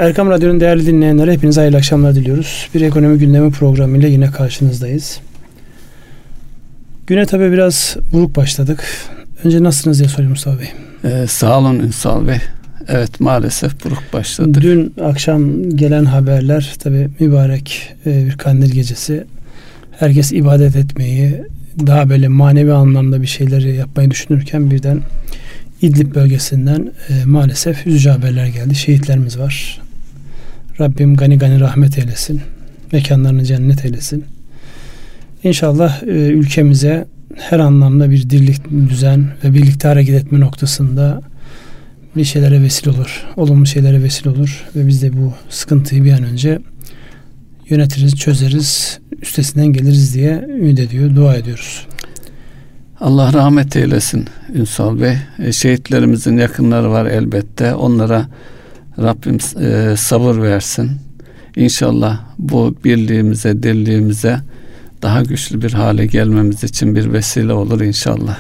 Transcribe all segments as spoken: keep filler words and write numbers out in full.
Erkam Radyo'nun değerli dinleyenleri, hepinize hayırlı akşamlar diliyoruz. Bir ekonomi gündemi programıyla yine karşınızdayız. Güne tabii biraz buruk başladık. Önce nasılsınız diye sorayım Mustafa Bey. Ee, sağ olun Ünsal Bey. Evet, maalesef buruk başladık. Dün akşam gelen haberler tabii mübarek e, bir kandil gecesi. Herkes ibadet etmeyi, daha böyle manevi anlamda bir şeyleri yapmayı düşünürken birden İdlib bölgesinden e, maalesef üzücü haberler geldi. Şehitlerimiz var. Rabbim gani gani rahmet eylesin. Mekanlarını cennet eylesin. İnşallah e, ülkemize her anlamda bir dirlik, düzen ve birlikte hareket etme noktasında bir şeylere vesile olur. Olumlu şeylere vesile olur. Ve biz de bu sıkıntıyı bir an önce yönetiriz, çözeriz, üstesinden geliriz diye ümit ediyor, dua ediyoruz. Allah rahmet eylesin Ünsal Bey. E, şehitlerimizin yakınları var elbette. Onlara Rabbim e, sabır versin. İnşallah bu birliğimize, dirliğimize daha güçlü bir hale gelmemiz için bir vesile olur inşallah.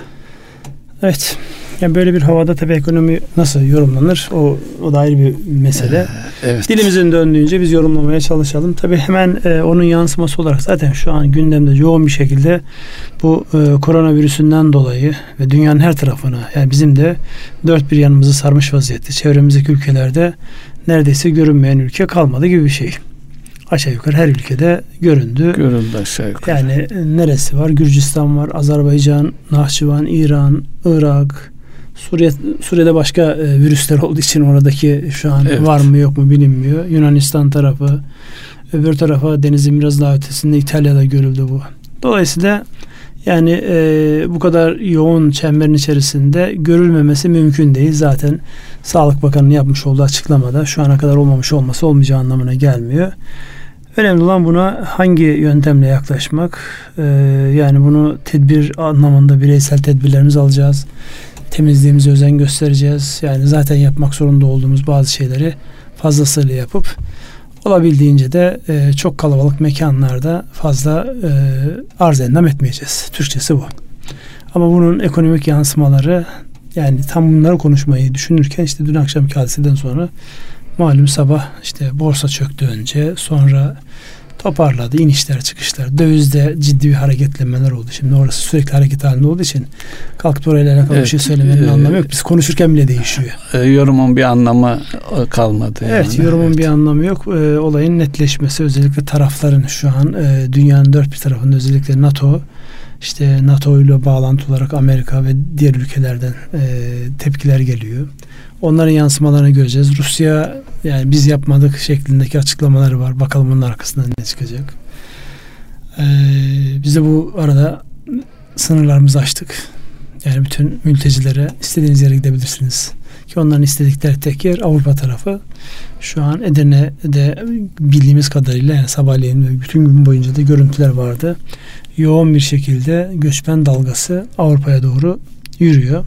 Evet. Yani böyle bir havada tabii ekonomi nasıl yorumlanır? O, o da ayrı bir mesele. Evet. Dilimizin döndüğünce biz yorumlamaya çalışalım. Tabii hemen e, onun yansıması olarak zaten şu an gündemde yoğun bir şekilde bu e, koronavirüsünden dolayı ve dünyanın her tarafına, yani bizim de dört bir yanımızı sarmış vaziyette. Çevremizdeki ülkelerde neredeyse görünmeyen ülke kalmadı gibi bir şey. Aşağı yukarı her ülkede göründü. Görüldü aşağı yukarı. Yani neresi var? Gürcistan var, Azerbaycan, Nahçıvan, İran, Irak, Suriye, Suriye'de başka e, virüsler olduğu için oradaki şu an evet. var mı yok mu bilinmiyor. Yunanistan tarafı, öbür tarafa denizin biraz daha ötesinde İtalya'da görüldü bu. Dolayısıyla yani e, bu kadar yoğun çemberin içerisinde görülmemesi mümkün değil. Zaten Sağlık Bakanı'nın yapmış olduğu açıklamada şu ana kadar olmamış olması olmayacağı anlamına gelmiyor. Önemli olan buna hangi yöntemle yaklaşmak. E, yani bunu tedbir anlamında bireysel tedbirlerimizi alacağız. Temizliğimize özen göstereceğiz. Yani zaten yapmak zorunda olduğumuz bazı şeyleri fazlasıyla yapıp olabildiğince de e, çok kalabalık mekanlarda fazla e, arz endam etmeyeceğiz. Türkçesi bu. Ama bunun ekonomik yansımaları, yani tam bunları konuşmayı düşünürken işte dün akşamki hadiseden sonra malum sabah işte borsa çöktü önce, sonra toparladı, inişler çıkışlar. Dövizde ciddi bir hareketlenmeler oldu. Şimdi orası sürekli hareket halinde olduğu için kalkıp orayla alakalı evet, bir şey söylemenin e, anlamı yok. Biz konuşurken bile değişiyor. E, yorumun bir anlamı kalmadı. Evet, yani. yorumun evet. bir anlamı yok. E, olayın netleşmesi, özellikle tarafların şu an e, dünyanın dört bir tarafında, özellikle NATO, işte NATO ile bağlantı olarak Amerika ve diğer ülkelerden e, tepkiler geliyor. Onların yansımalarını göreceğiz. Rusya, yani biz yapmadık şeklindeki açıklamaları var. Bakalım onun arkasından ne çıkacak. Ee, biz de bu arada sınırlarımızı açtık. Yani bütün mültecilere istediğiniz yere gidebilirsiniz. Ki onların istedikleri tek yer Avrupa tarafı. Şu an Edirne'de bildiğimiz kadarıyla, yani sabahleyin bütün gün boyunca da görüntüler vardı. Yoğun bir şekilde göçmen dalgası Avrupa'ya doğru yürüyor.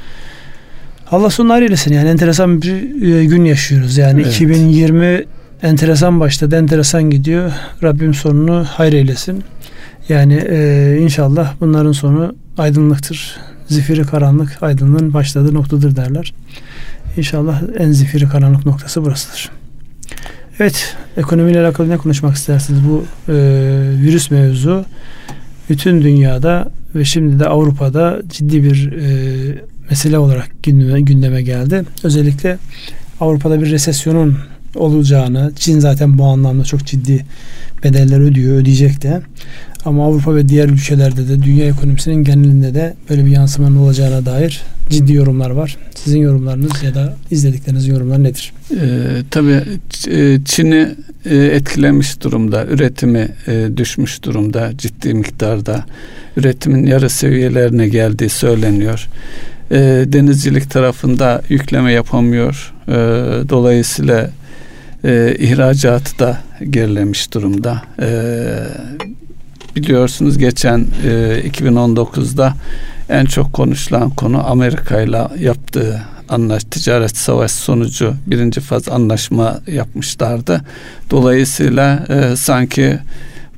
Allah sonunu hayır eylesin. Yani enteresan bir e, gün yaşıyoruz. Yani evet. iki bin yirmi enteresan başladı, enteresan gidiyor. Rabbim sonunu hayır eylesin. Yani e, inşallah bunların sonu aydınlıktır. Zifiri karanlık aydınlığın başladığı noktadır derler. İnşallah en zifiri karanlık noktası burasıdır. Evet, ekonomiyle alakalı ne konuşmak istersiniz? Bu e, virüs mevzu bütün dünyada ve şimdi de Avrupa'da ciddi bir e, mesele olarak gündeme, gündeme geldi. Özellikle Avrupa'da bir resesyonun olacağını, Çin zaten bu anlamda çok ciddi bedeller ödüyor, ödeyecek de. Ama Avrupa ve diğer ülkelerde de dünya ekonomisinin genelinde de böyle bir yansımanın olacağına dair ciddi yorumlar var. Sizin yorumlarınız ya da izledikleriniz yorumlar nedir? Ee, tabii Çin'i e, etkilemiş durumda. Üretimi e, düşmüş durumda. Ciddi miktarda. Üretimin yarı seviyelerine geldiği söyleniyor. E, denizcilik tarafında yükleme yapamıyor. E, dolayısıyla e, ihracatı da gerilemiş durumda. E, biliyorsunuz geçen e, iki bin on dokuzda en çok konuşulan konu Amerika ile yaptığı anlaş, ticaret savaşı sonucu birinci faz anlaşma yapmışlardı. Dolayısıyla e, sanki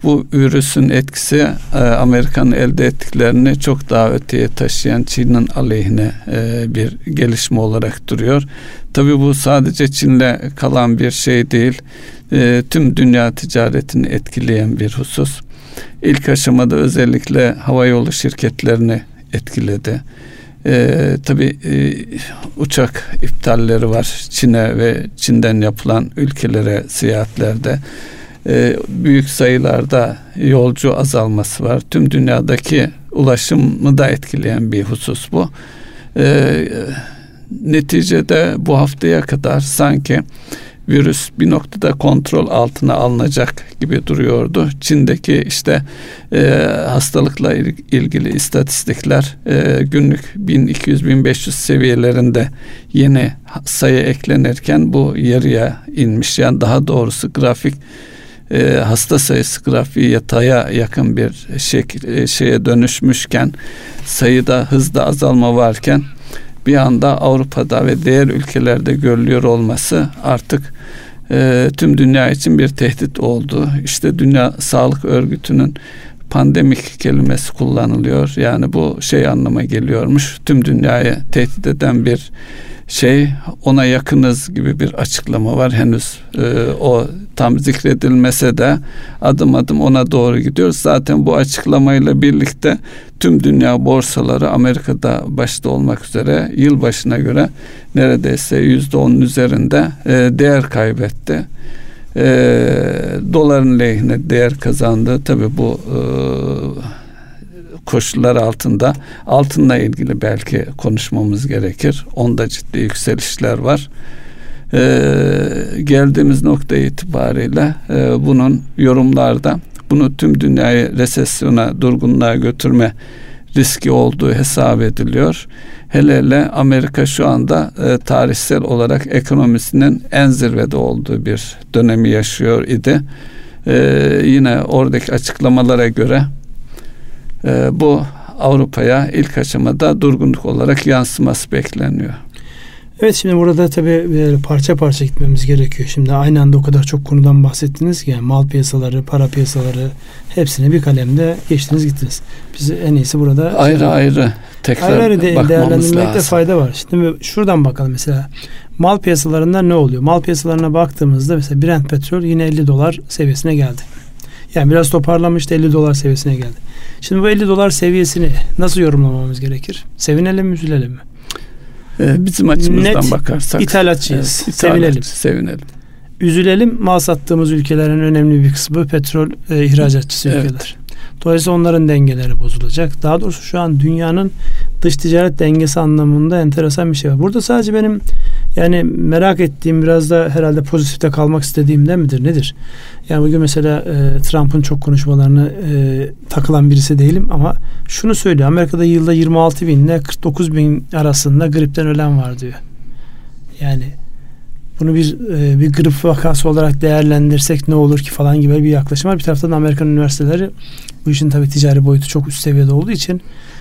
bu virüsün etkisi e, Amerika'nın elde ettiklerini çok daha öteye taşıyan Çin'in aleyhine e, bir gelişme olarak duruyor. Tabii bu sadece Çin'le kalan bir şey değil. E, tüm dünya ticaretini etkileyen bir husus. İlk aşamada özellikle havayolu şirketlerini etkiledi. Ee, tabii e, uçak iptalleri var Çin'e ve Çin'den yapılan ülkelere seyahatlerde. Ee, büyük sayılarda yolcu azalması var. Tüm dünyadaki ulaşımı da etkileyen bir husus bu. Ee, neticede bu haftaya kadar sanki virüs bir noktada kontrol altına alınacak gibi duruyordu. Çin'deki işte e, hastalıkla ilgili istatistikler e, günlük bin iki yüz bin beş yüz seviyelerinde yeni sayı eklenirken bu yarıya inmiş. Yani daha doğrusu grafik e, hasta sayısı grafiği yataya yakın bir şey, şeye dönüşmüşken, sayıda hızla azalma varken bir anda Avrupa'da ve diğer ülkelerde görülüyor olması artık e, tüm dünya için bir tehdit oldu. İşte Dünya Sağlık Örgütü'nün pandemik kelimesi kullanılıyor. Yani bu şey anlama geliyormuş. Tüm dünyayı tehdit eden bir şey, ona yakınız gibi bir açıklama var. Henüz e, o tam zikredilmese de adım adım ona doğru gidiyoruz. Zaten bu açıklamayla birlikte tüm dünya borsaları Amerika'da başta olmak üzere yılbaşına göre neredeyse yüzde onun üzerinde e, değer kaybetti. E, doların lehine değer kazandı. Tabii bu e, koşullar altında altınla ilgili belki konuşmamız gerekir. Onda ciddi yükselişler var. Ee, geldiğimiz nokta itibariyle e, bunun yorumlarda bunu tüm dünyayı resesyona, durgunluğa götürme riski olduğu hesap ediliyor. Hele hele Amerika şu anda e, tarihsel olarak ekonomisinin en zirvede olduğu bir dönemi yaşıyor idi. E, yine oradaki açıklamalara göre Ee, bu Avrupa'ya ilk aşamada durgunluk olarak yansıması bekleniyor. Evet, şimdi burada tabii parça parça gitmemiz gerekiyor. Şimdi aynı anda o kadar çok konudan bahsettiniz ki, yani mal piyasaları, para piyasaları, hepsini bir kalemde geçtiniz gittiniz. Biz en iyisi burada ayrı şimdi, ayrı tekrar ayrı ayrı de, değerlendirmekte lazım. fayda var. Şimdi şuradan bakalım mesela. Mal piyasalarında ne oluyor? Mal piyasalarına baktığımızda mesela Brent petrol yine elli dolar seviyesine geldi. Yani biraz toparlamıştı, elli dolar seviyesine geldi. Şimdi bu elli dolar seviyesini nasıl yorumlamamız gerekir? Sevinelim mi, üzülelim mi? Ee, bizim açımızdan Net ithalatçıyız. İthalatçıyız. Evet, sevinelim. Sevinelim. Üzülelim, mal sattığımız ülkelerin önemli bir kısmı petrol e, ihracatçısı evet. ülkeler. Dolayısıyla onların dengeleri bozulacak. Daha doğrusu şu an dünyanın dış ticaret dengesi anlamında enteresan bir şey var. Burada sadece benim yani merak ettiğim, biraz da herhalde pozitifte kalmak istediğimden midir, nedir? Yani bugün mesela e, Trump'ın çok konuşmalarını e, takılan birisi değilim ama şunu söylüyor. Amerika'da yılda yirmi altı bin ile kırk dokuz bin arasında gripten ölen var diyor. Yani bunu bir e, bir grip vakası olarak değerlendirsek ne olur ki falan gibi bir yaklaşım var. Bir taraftan da Amerikan üniversiteleri bu işin tabii ticari boyutu çok üst seviyede olduğu için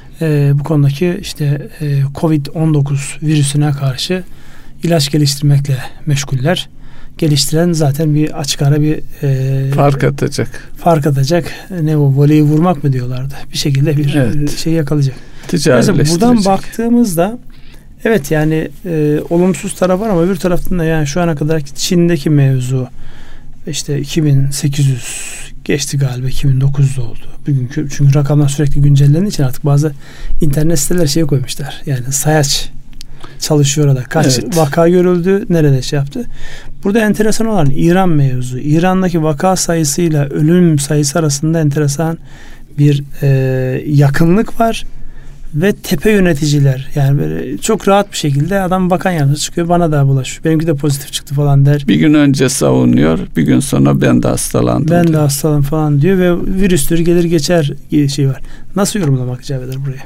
e, bu konudaki işte e, kovid on dokuz virüsüne karşı ilaç geliştirmekle meşguller. Geliştiren zaten bir açık ara bir e, fark atacak. Fark atacak. Ne o, voleyi vurmak mı diyorlardı? Bir şekilde bir evet. şey yakalayacak. Ticaretleştirecek. Buradan baktığımızda evet yani e, olumsuz taraf var ama bir taraftan da yani şu ana kadar Çin'deki mevzu işte iki bin sekiz yüz geçti galiba, iki bin dokuz yüz oldu. Bugünkü, çünkü rakamlar sürekli güncellendiği için artık bazı internet siteler şey koymuşlar. Yani sayaç çalışıyor orada. Kaç evet. vaka görüldü, nerede şey yaptı. Burada enteresan olan İran mevzu. İran'daki vaka sayısıyla ölüm sayısı arasında enteresan bir e, yakınlık var. Ve tepe yöneticiler, yani böyle çok rahat bir şekilde adam bakan yardımcısı çıkıyor, bana da bulaş, benimki de pozitif çıktı falan der. Bir gün önce savunuyor, bir gün sonra ben de hastalandım ben diyor. de hastalandım falan diyor ve virüstür gelir geçer şey var. Nasıl yorumlamak icap eder buraya?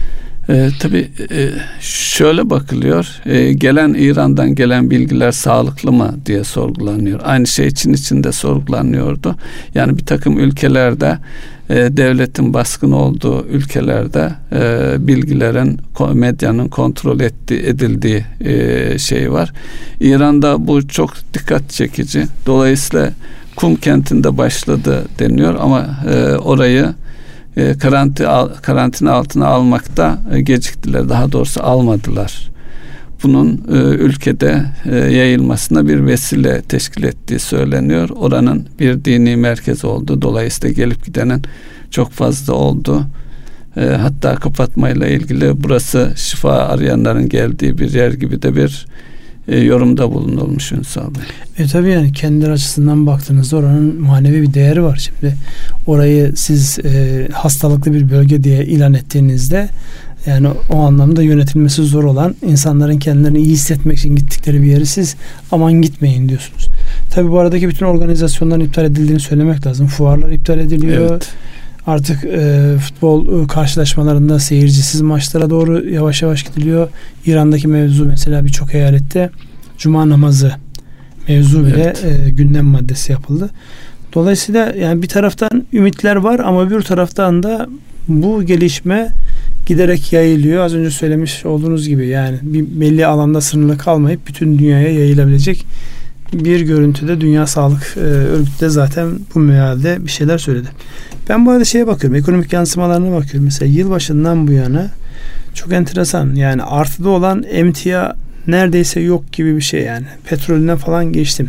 Ee, tabii e, şöyle bakılıyor, e, gelen İran'dan gelen bilgiler sağlıklı mı diye sorgulanıyor. Aynı şey Çin için de sorgulanıyordu. Yani bir takım ülkelerde e, devletin baskın olduğu ülkelerde e, bilgilerin, medyanın kontrol etti, edildiği e, şey var. İran'da bu çok dikkat çekici. Dolayısıyla kum kentinde başladı deniyor ama e, orayı e, karantina, karantina altına almakta e, geciktiler. Daha doğrusu almadılar. Bunun e, ülkede e, yayılmasına bir vesile teşkil ettiği söyleniyor. Oranın bir dini merkez oldu. Dolayısıyla gelip gidenin çok fazla oldu. E, hatta kapatmayla ilgili burası şifa arayanların geldiği bir yer gibi de bir e, yorumda bulunulmuş Ünsal Bey. E tabii yani kendileri açısından baktığınızda oranın manevi bir değeri var. Şimdi orayı siz e, hastalıklı bir bölge diye ilan ettiğinizde yani o anlamda yönetilmesi zor olan, insanların kendilerini iyi hissetmek için gittikleri bir yeri siz aman gitmeyin diyorsunuz. Tabii bu aradaki bütün organizasyonların iptal edildiğini söylemek lazım. Fuarlar iptal ediliyor. Evet. Artık e, futbol e, karşılaşmalarında seyircisiz maçlara doğru yavaş yavaş gidiliyor. İran'daki mevzu mesela birçok eyalette cuma namazı mevzu bile evet. e, gündem maddesi yapıldı. Dolayısıyla yani bir taraftan ümitler var ama bir taraftan da bu gelişme giderek yayılıyor. Az önce söylemiş olduğunuz gibi yani bir belli alanda sınırlı kalmayıp bütün dünyaya yayılabilecek bir görüntüde Dünya Sağlık e, Örgütü de zaten bu mealde bir şeyler söyledi. Ben bu arada şeye bakıyorum, ekonomik yansımalarına bakıyorum. Mesela yılbaşından bu yana çok enteresan yani artıda olan emtia neredeyse yok gibi bir şey yani. Petrolünden falan geçtim.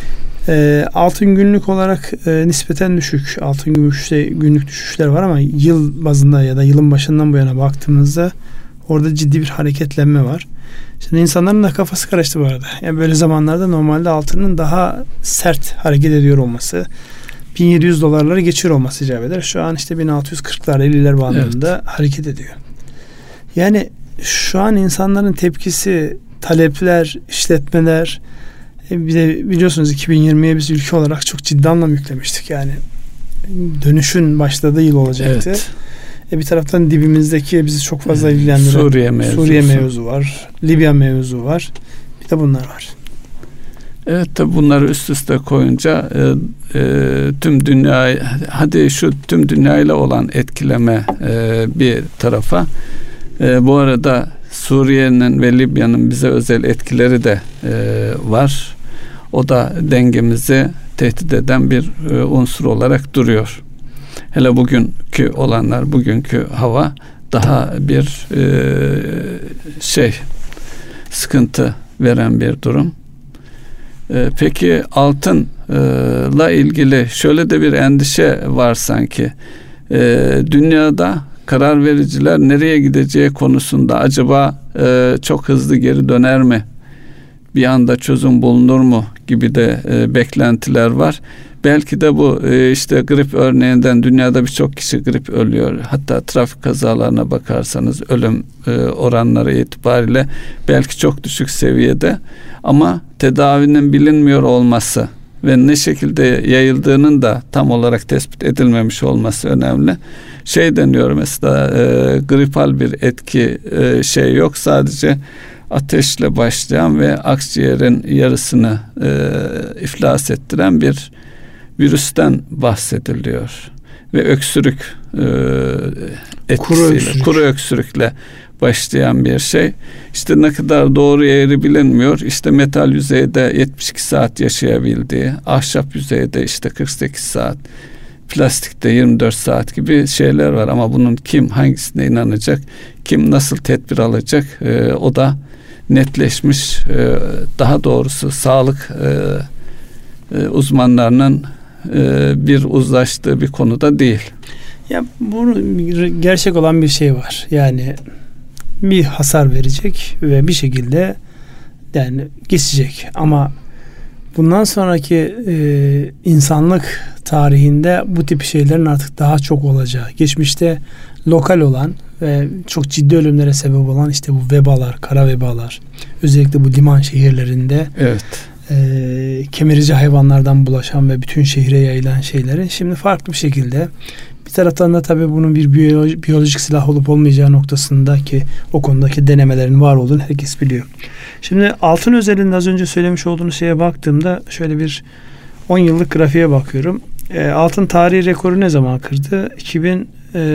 E, altın günlük olarak e, nispeten düşük. Altın gümüşte günlük düşüşler var ama yıl bazında ya da yılın başından bu yana baktığımızda orada ciddi bir hareketlenme var. Şimdi insanların da kafası karıştı bu arada. Yani böyle zamanlarda normalde altının daha sert hareket ediyor olması, bin yedi yüz dolarları geçiyor olması icap eder. Şu an işte bin altı yüz kırklar elliler bandında evet. hareket ediyor. Yani şu an insanların tepkisi, talepler, işletmeler, bir de biliyorsunuz iki bin yirmiye biz ülke olarak çok ciddi anlam yüklemiştik. Yani dönüşün başladığı yıl olacaktı. Evet. E bir taraftan dibimizdeki bizi çok fazla ilgilendiren Suriye mevzusu. Suriye mevzu var. Libya mevzu var. Bir de bunlar var. Evet tabi bunları üst üste koyunca e, e, tüm dünyayı hadi şu tüm dünyayla olan etkileme e, bir tarafa e, bu arada Suriye'nin ve Libya'nın bize özel etkileri de e, var. O da dengemizi tehdit eden bir e, unsur olarak duruyor. Hele bugünkü olanlar, bugünkü hava daha bir e, şey sıkıntı veren bir durum. E, peki altınla ilgili şöyle de bir endişe var sanki. E, dünyada karar vericiler nereye gideceği konusunda acaba e, çok hızlı geri döner mi? Bir anda çözüm bulunur mu gibi de e, beklentiler var. Belki de bu e, işte grip örneğinden dünyada birçok kişi grip ölüyor. Hatta trafik kazalarına bakarsanız ölüm e, oranları itibariyle belki çok düşük seviyede ama tedavinin bilinmiyor olması ve ne şekilde yayıldığının da tam olarak tespit edilmemiş olması önemli. Şey deniyor mesela e, gripal bir etki e, şey yok, sadece ateşle başlayan ve akciğerin yarısını e, iflas ettiren bir virüsten bahsediliyor ve öksürük e, etkisiyle, kuru öksürük. kuru öksürükle başlayan bir şey. İşte ne kadar doğru eğri bilinmiyor. İşte metal yüzeyde yetmiş iki saat yaşayabildiği, ahşap yüzeyde işte kırk sekiz saat, plastikte yirmi dört saat gibi şeyler var ama bunun kim hangisine inanacak, kim nasıl tedbir alacak e, o da netleşmiş, e, daha doğrusu sağlık e, e, uzmanlarının e, bir uzlaştığı bir konuda değil. Ya bu gerçek olan bir şey var. Yani bir hasar verecek ve bir şekilde yani geçecek ama bundan sonraki e, insanlık tarihinde bu tip şeylerin artık daha çok olacağı, geçmişte lokal olan ve çok ciddi ölümlere sebep olan işte bu vebalar, kara vebalar, özellikle bu liman şehirlerinde evet. e, kemirici hayvanlardan bulaşan ve bütün şehre yayılan şeyleri şimdi farklı bir şekilde, bir taraftan da tabii bunun bir biyolojik, biyolojik silah olup olmayacağı noktasındaki o konudaki denemelerin var olduğunu herkes biliyor. Şimdi altın özelinde az önce söylemiş olduğunuz şeye baktığımda şöyle bir on yıllık grafiğe bakıyorum. E, altın tarihi rekoru ne zaman kırdı? iki bin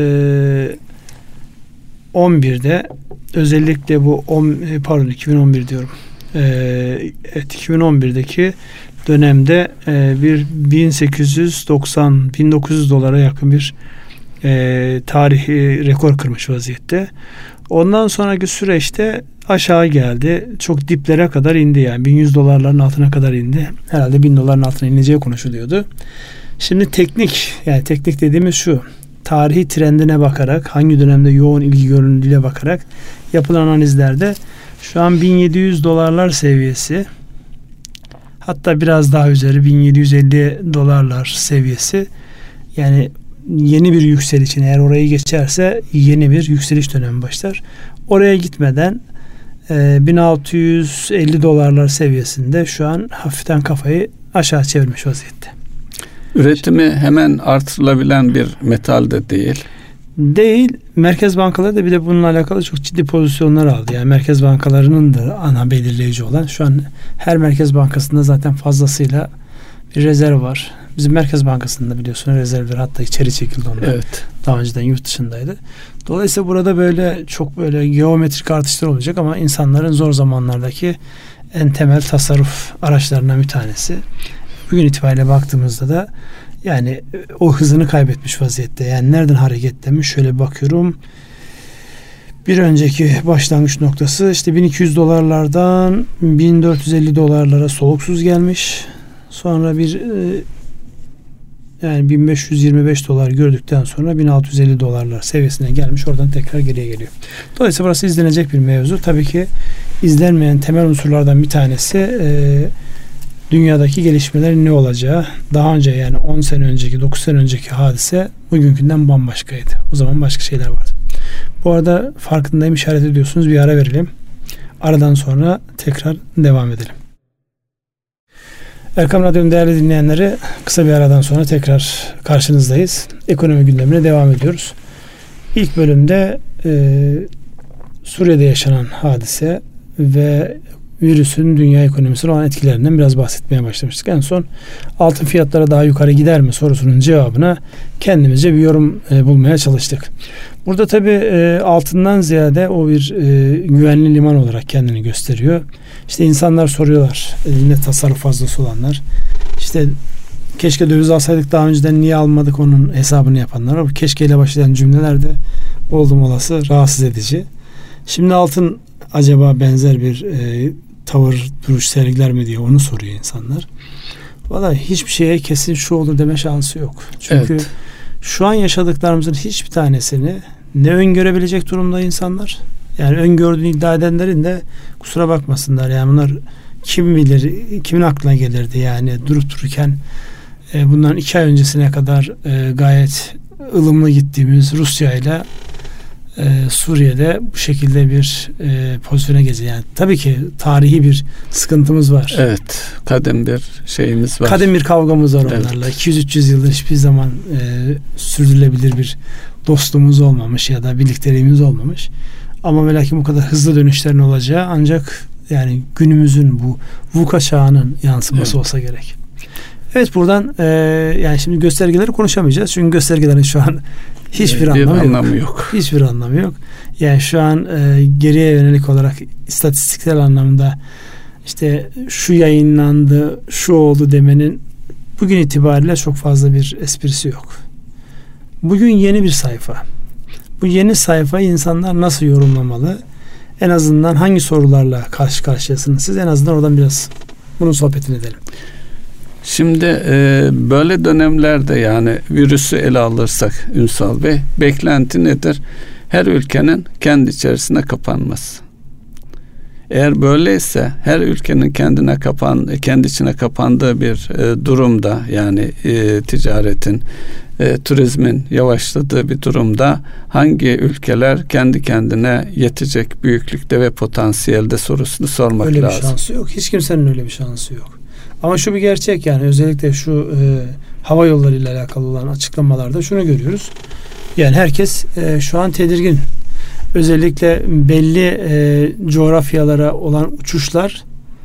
on birde özellikle bu on, pardon iki bin on bir diyorum. E, evet iki bin on birdeki dönemde e, bir bin sekiz yüz doksan bin dokuz yüz dolara yakın bir e, tarihi rekor kırmış vaziyette. Ondan sonraki süreçte aşağı geldi. Çok diplere kadar indi yani. bin yüz dolarların altına kadar indi. Herhalde bin doların altına ineceği konuşuluyordu. Şimdi teknik, yani teknik dediğimiz şu. Tarihi trendine bakarak, hangi dönemde yoğun ilgi görüldüğüne bakarak yapılan analizlerde şu an bin yedi yüz dolarlar seviyesi, hatta biraz daha üzeri bin yedi yüz elli dolarlar seviyesi. Yani yeni bir yükseliş için, eğer orayı geçerse yeni bir yükseliş dönemi başlar. Oraya gitmeden e, bin altı yüz elli dolarlar seviyesinde şu an hafiften kafayı aşağı çevirmiş vaziyette. Üretimi hemen artırılabilen bir metal de değil. Değil. Merkez bankaları da bir de bununla alakalı çok ciddi pozisyonlar aldı. Yani merkez bankalarının da ana belirleyici olan, şu an her merkez bankasında zaten fazlasıyla bir rezerv var. Bizim Merkez Bankası'nda biliyorsun rezervler hatta içeri çekildi onlar. Evet. Daha önceden yurt dışındaydı. Dolayısıyla burada böyle çok böyle geometrik artışlar olacak ama insanların zor zamanlardaki en temel tasarruf araçlarından bir tanesi. Bugün itibariyle baktığımızda da yani o hızını kaybetmiş vaziyette. Yani nereden hareketlemiş? Şöyle bakıyorum. Bir önceki başlangıç noktası işte bin iki yüz dolarlardan bin dört yüz elli dolarlara soluksuz gelmiş. Sonra bir yani bin beş yüz yirmi beş dolar gördükten sonra bin altı yüz elli dolarlar seviyesine gelmiş. Oradan tekrar geriye geliyor. Dolayısıyla burası izlenecek bir mevzu. Tabii ki izlenmeyen temel unsurlardan bir tanesi e, dünyadaki gelişmelerin ne olacağı. Daha önce yani on sene önceki, dokuz sene önceki hadise bugünkünden bambaşkaydı. O zaman başka şeyler vardı. Bu arada farkındayım, işaret ediyorsunuz. Bir ara verelim. Aradan sonra tekrar devam edelim. Erkam Radyo'nun değerli dinleyenleri, kısa bir aradan sonra tekrar karşınızdayız. Ekonomi gündemine devam ediyoruz. İlk bölümde e, Suriye'de yaşanan hadise ve virüsün dünya ekonomisine olan etkilerinden biraz bahsetmeye başlamıştık. En son altın fiyatları daha yukarı gider mi sorusunun cevabına kendimizce bir yorum e, bulmaya çalıştık. Burada tabii e, altından ziyade o bir e, güvenli liman olarak kendini gösteriyor. İşte insanlar soruyorlar, elinde tasarruf fazlası olanlar. İşte keşke döviz alsaydık daha önceden, niye almadık, onun hesabını yapanlar. O keşkeyle başlayan cümleler de oldum olası rahatsız edici. Şimdi altın acaba benzer bir e, tavır, duruş sergiler mi diye onu soruyor insanlar. Vallahi hiçbir şeye kesin şu olur deme şansı yok. Çünkü evet, şu an yaşadıklarımızın hiçbir tanesini ne öngörebilecek durumda insanlar. Yani öngördüğünü iddia edenlerin de kusura bakmasınlar. Yani bunlar kim bilir, kimin aklına gelirdi yani durup dururken e, bundan iki ay öncesine kadar e, gayet ılımlı gittiğimiz Rusya ile Ee, Suriye'de bu şekilde bir e, pozisyona geziyor. Yani tabii ki tarihi bir sıkıntımız var. Evet, kadim bir şeyimiz var. Kadim bir kavgamız var onlarla. Evet. iki yüz üç yüz yıldır hiçbir zaman e, sürdürülebilir bir dostluğumuz olmamış ya da birlikteliğimiz olmamış. Ama ve lakin bu kadar hızlı dönüşlerin olacağı ancak yani günümüzün bu VUCA çağının yansıması, evet, olsa gerek. Evet, buradan e, yani şimdi göstergeleri konuşamayacağız. Çünkü göstergelerin şu an hiçbir bir anlamı, anlamı yok. yok. Hiçbir anlamı yok. Yani şu an e, geriye yönelik olarak istatistiksel anlamda işte şu yayınlandı, şu oldu demenin bugün itibariyle çok fazla bir esprisi yok. Bugün yeni bir sayfa. Bu yeni sayfayı insanlar nasıl yorumlamalı? En azından hangi sorularla karşı karşıyasınız siz? En azından oradan biraz bunun sohbetini edelim. Şimdi e, böyle dönemlerde yani virüsü ele alırsak Ünsal Bey, beklenti nedir? Her ülkenin kendi içerisine kapanması. Eğer böyleyse her ülkenin kendine kapan, kendi içine kapandığı bir e, durumda yani e, ticaretin, e, turizmin yavaşladığı bir durumda hangi ülkeler kendi kendine yetecek büyüklükte ve potansiyelde sorusunu sormak öyle lazım. Öyle bir şansı yok. Hiç kimsenin öyle bir şansı yok. Ama şu bir gerçek, yani özellikle şu e, hava yolları ile alakalı olan açıklamalarda şunu görüyoruz. Yani herkes e, şu an tedirgin. Özellikle belli e, coğrafyalara olan uçuşlar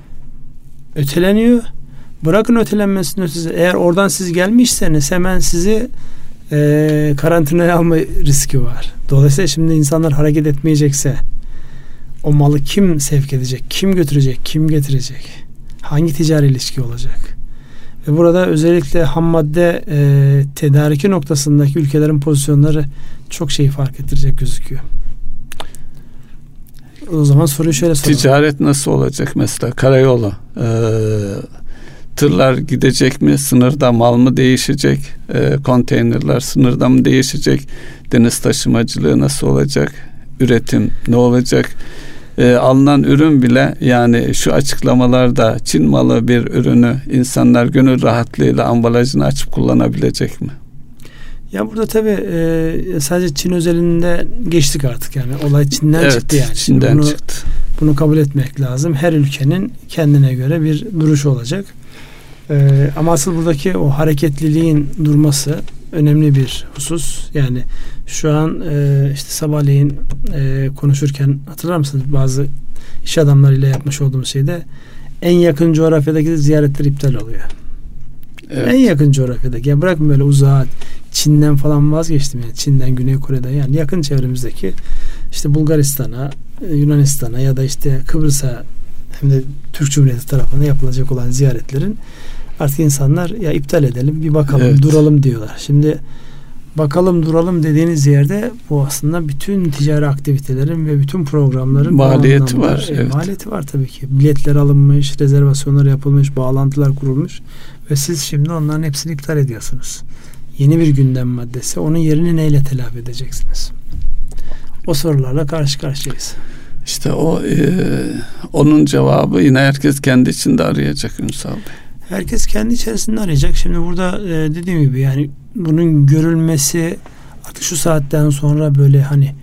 öteleniyor. Bırakın ötelenmesini ötesi. Eğer oradan siz gelmişseniz hemen sizi e, karantinaya alma riski var. Dolayısıyla şimdi insanlar hareket etmeyecekse o malı kim sevk edecek, kim götürecek, kim getirecek? Hangi ticari ilişki olacak? Ve burada özellikle ham madde e, tedariki noktasındaki ülkelerin pozisyonları çok şeyi fark ettirecek gözüküyor. O zaman soruyu şöyle soralım. Ticaret nasıl olacak mesela? Karayolu. Ee, tırlar gidecek mi? Sınırda mal mı değişecek? Ee, konteynerler sınırda mı değişecek? Deniz taşımacılığı nasıl olacak? Üretim ne olacak? Ee, alınan ürün bile, yani şu açıklamalarda Çin malı bir ürünü insanlar gönül rahatlığıyla ambalajını açıp kullanabilecek mi? Ya burada tabii e, sadece Çin özelinde geçtik artık, yani olay Çin'den evet, çıktı yani. Çin'den bunu, çıktı. Bunu kabul etmek lazım. Her ülkenin kendine göre bir duruşu olacak. E, ama asıl buradaki o hareketliliğin durması önemli bir husus. Yani şu an e, işte sabahleyin e, konuşurken hatırlar mısınız, bazı iş adamlarıyla yapmış olduğumuz şeyde en yakın coğrafyadaki ziyaretler iptal oluyor. Evet. En yakın coğrafyadaki. Yani bırakın böyle uzağa, Çin'den falan vazgeçtim yani. Çin'den, Güney Kore'den, yani yakın çevremizdeki işte Bulgaristan'a, Yunanistan'a ya da işte Kıbrıs'a, hem de Türk Cumhuriyeti tarafına yapılacak olan ziyaretlerin artık insanlar ya iptal edelim, bir bakalım, evet, duralım diyorlar. Şimdi bakalım duralım dediğiniz yerde bu aslında bütün ticari aktivitelerin ve bütün programların maliyeti var. E, evet. Maliyeti var tabii ki. Biletler alınmış, rezervasyonlar yapılmış, bağlantılar kurulmuş ve siz şimdi onların hepsini iptal ediyorsunuz. Yeni bir gündem maddesi. Onun yerini neyle telafi edeceksiniz? O sorularla karşı karşıyayız. İşte o e, onun cevabı yine herkes kendi içinde arayacak Ünsal Bey. Herkes kendi içerisinde arayacak. Şimdi burada e, dediğim gibi yani bunun görülmesi artık şu saatten sonra böyle hani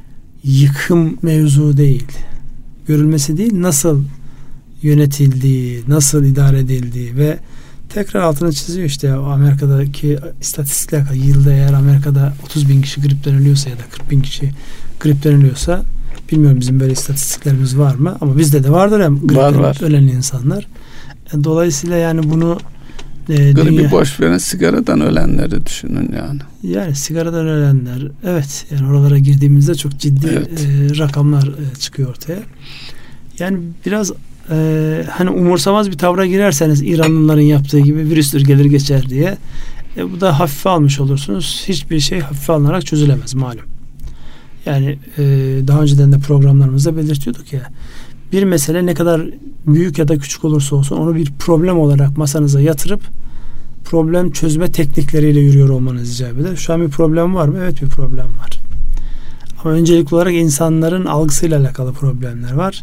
yıkım mevzu değil. Görülmesi değil, nasıl yönetildiği, nasıl idare edildiği ve tekrar altını çiziyor işte Amerika'daki istatistikler. Yılda eğer Amerika'da otuz bin kişi gripten ölüyorsa ya da kırk bin kişi gripten ölüyorsa, bilmiyorum bizim böyle istatistiklerimiz var mı, ama bizde de vardır hem gripten var, var. ölen insanlar. Dolayısıyla yani bunu e, Gribi dünya, boş verin, sigaradan ölenleri düşünün yani. Yani sigaradan ölenler, evet, yani oralara girdiğimizde çok ciddi evet. e, rakamlar e, çıkıyor ortaya. Yani biraz e, hani umursamaz bir tavra girerseniz İranlıların yaptığı gibi virüstür gelir geçer diye e, bu da hafife almış olursunuz. Hiçbir şey hafife alınarak çözülemez malum. Yani e, daha önceden de programlarımızda belirtiyorduk ya, bir mesele ne kadar büyük ya da küçük olursa olsun onu bir problem olarak masanıza yatırıp problem çözme teknikleriyle yürüyor olmanız icap eder. Şu an bir problem var mı? Evet, bir problem var. Ama öncelikli olarak insanların algısıyla alakalı problemler var.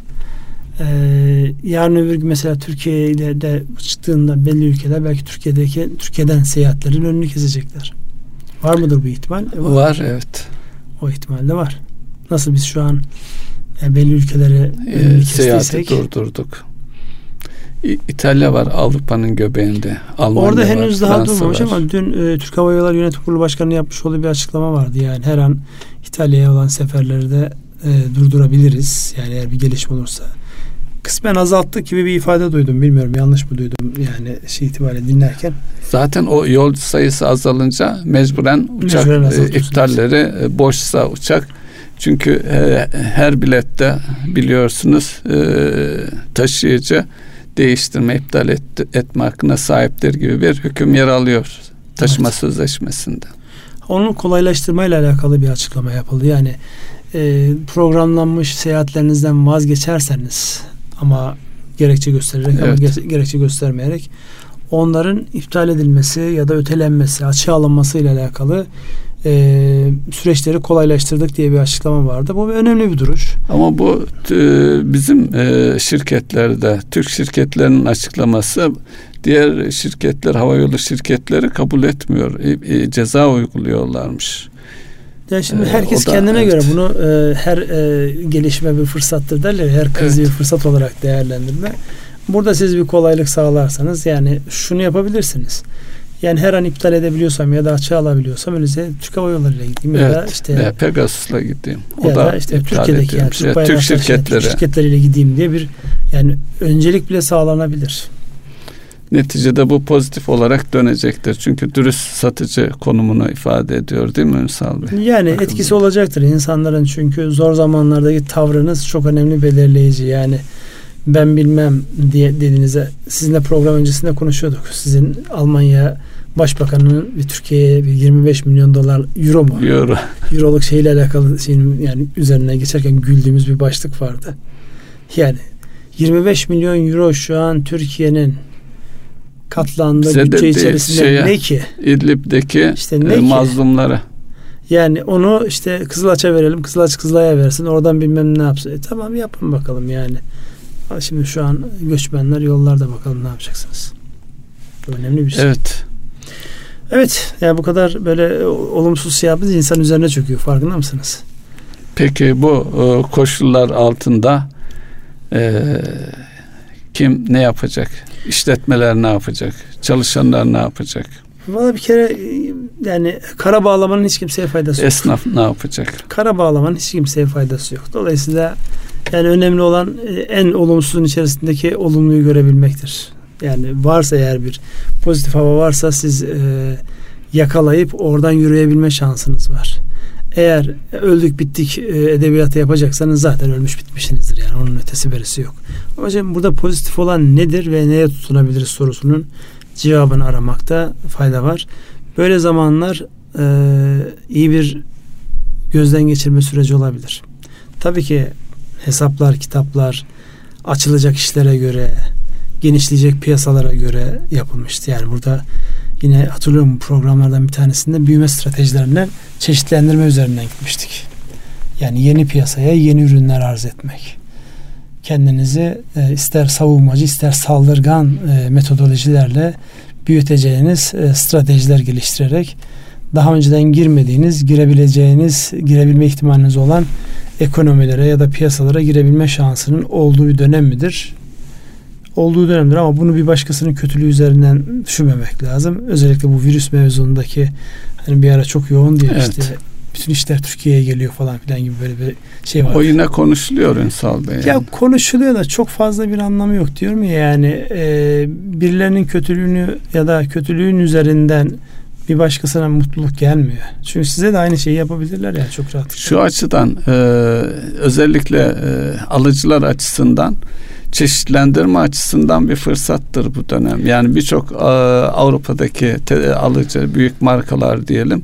Ee, yarın öbür gün mesela Türkiye'de de çıktığında belli ülkeler belki Türkiye'deki Türkiye'den seyahatlerin önünü kesecekler. Var mıdır bu ihtimal? E, var. var evet. O ihtimal de var. Nasıl biz şu an yani belli ülkelere e, seyahati durdurduk. İtalya var Avrupa'nın göbeğinde. Almanya orada henüz var, daha Fransa durmamış var. ama dün e, Türk Hava Yolları Yönetim Kurulu Başkanı yapmış olduğu bir açıklama vardı. Yani her an İtalya'ya olan seferleri de e, durdurabiliriz. Yani eğer bir gelişme olursa. Kısmen azalttık gibi bir ifade duydum. Bilmiyorum, yanlış mı duydum yani şey itibariyle dinlerken. Zaten o yolcu sayısı azalınca mecburen uçak mecburen e, iptalleri e, boşsa uçak. Çünkü e, her bilette biliyorsunuz e, taşıyıcı değiştirme, iptal et, etme hakkına sahiptir gibi bir hüküm yer alıyor taşıma evet. sözleşmesinde. Onun kolaylaştırmayla alakalı bir açıklama yapıldı. Yani e, programlanmış seyahatlerinizden vazgeçerseniz ama gerekçe göstererek evet. ama ge- gerekçe göstermeyerek onların iptal edilmesi ya da ötelenmesi, açığa alınması ile alakalı e, süreçleri kolaylaştırdık diye bir açıklama vardı. Bu bir önemli bir duruş. Ama bu e, bizim e, şirketlerde, Türk şirketlerinin açıklaması, diğer şirketler, havayolu şirketleri kabul etmiyor. E, e, ceza uyguluyorlarmış. Yani şimdi herkes ee, kendine evet. göre bunu e, her e, gelişme bir fırsattır derler. Her krizi evet. bir fırsat olarak değerlendirme. Burada siz bir kolaylık sağlarsanız yani şunu yapabilirsiniz. Yani her an iptal edebiliyorsam ya da açığa alabiliyorsam öyleyse Türk Hava Yolları ile gideyim evet. ya da işte ya Pegasus'la gideyim. O ya da da işte Türkiye'deki yani Türk, ya, Türk şirketleri. Türk şirketleriyle gideyim diye bir yani öncelik bile sağlanabilir. Neticede bu pozitif olarak dönecektir. Çünkü dürüst satıcı konumunu ifade ediyor değil mi Ünsal Bey? Yani Bakın. etkisi olacaktır insanların, çünkü zor zamanlardaki tavrınız çok önemli belirleyici. Yani ben bilmem diye dediğinizde, sizinle program öncesinde konuşuyorduk. Sizin Almanya Başbakanı'nın bir Türkiye'ye bir yirmi beş milyon dolar euro mu? Euro. Euroluk şeyle alakalı şeyin yani üzerine geçerken güldüğümüz bir başlık vardı. Yani yirmi beş milyon euro şu an Türkiye'nin katlandığı bize bütçe de içerisinde şeye, ne ki? İdlib'deki işte ne e, ki? mazlumlara. Yani onu işte Kızılaç'a verelim. Kızılaç Kızılay'a versin. Oradan bilmem ne yapsın. E tamam, yapın bakalım yani. Şimdi şu an göçmenler yollarda, bakalım ne yapacaksınız. Önemli bir şey. Evet. Evet. Yani bu kadar böyle olumsuz şey yapınca insan üzerine çöküyor. Farkında mısınız? Peki bu e, koşullar altında e, kim ne yapacak? İşletmeler ne yapacak? Çalışanlar ne yapacak? Valla bir kere yani kara bağlamanın hiç kimseye faydası yok. Esnaf ne yapacak? Kara bağlamanın hiç kimseye faydası yok. Dolayısıyla yani önemli olan en olumsuzun içerisindeki olumluyu görebilmektir. Yani varsa eğer bir pozitif hava varsa siz e, yakalayıp oradan yürüyebilme şansınız var. Eğer öldük bittik e, edebiyatı yapacaksanız zaten ölmüş bitmişsinizdir. Yani onun ötesi berisi yok. Hocam burada pozitif olan nedir ve neye tutunabiliriz sorusunun cevabını aramakta fayda var. Böyle zamanlar e, iyi bir gözden geçirme süreci olabilir. Tabii ki hesaplar, kitaplar açılacak işlere göre, genişleyecek piyasalara göre yapılmıştı. Yani burada yine hatırlıyorum programlardan bir tanesinde büyüme stratejilerinden çeşitlendirme üzerinden gitmiştik. Yani yeni piyasaya yeni ürünler arz etmek. Kendinizi e, ister savunmacı ister saldırgan e, metodolojilerle büyüteceğiniz e, stratejiler geliştirerek daha önceden girmediğiniz, girebileceğiniz, girebilme ihtimaliniz olan ekonomilere ya da piyasalara girebilme şansının olduğu bir dönem midir? Olduğu dönemdir ama bunu bir başkasının kötülüğü üzerinden düşünmemek lazım. Özellikle bu virüs mevzundaki hani bir ara çok yoğun diye evet. işte bütün işler Türkiye'ye geliyor falan filan gibi böyle bir şey var. O yine konuşuluyor Ünsal Bey. Yani. Ya konuşuluyor da çok fazla bir anlamı yok diyorum ya yani e, birilerinin kötülüğünü ya da kötülüğün üzerinden bir başkasına mutluluk gelmiyor. Çünkü size de aynı şeyi yapabilirler yani çok rahat. Şu açıdan e, özellikle e, alıcılar açısından çeşitlendirme açısından bir fırsattır bu dönem. Yani birçok e, Avrupa'daki te, alıcı büyük markalar diyelim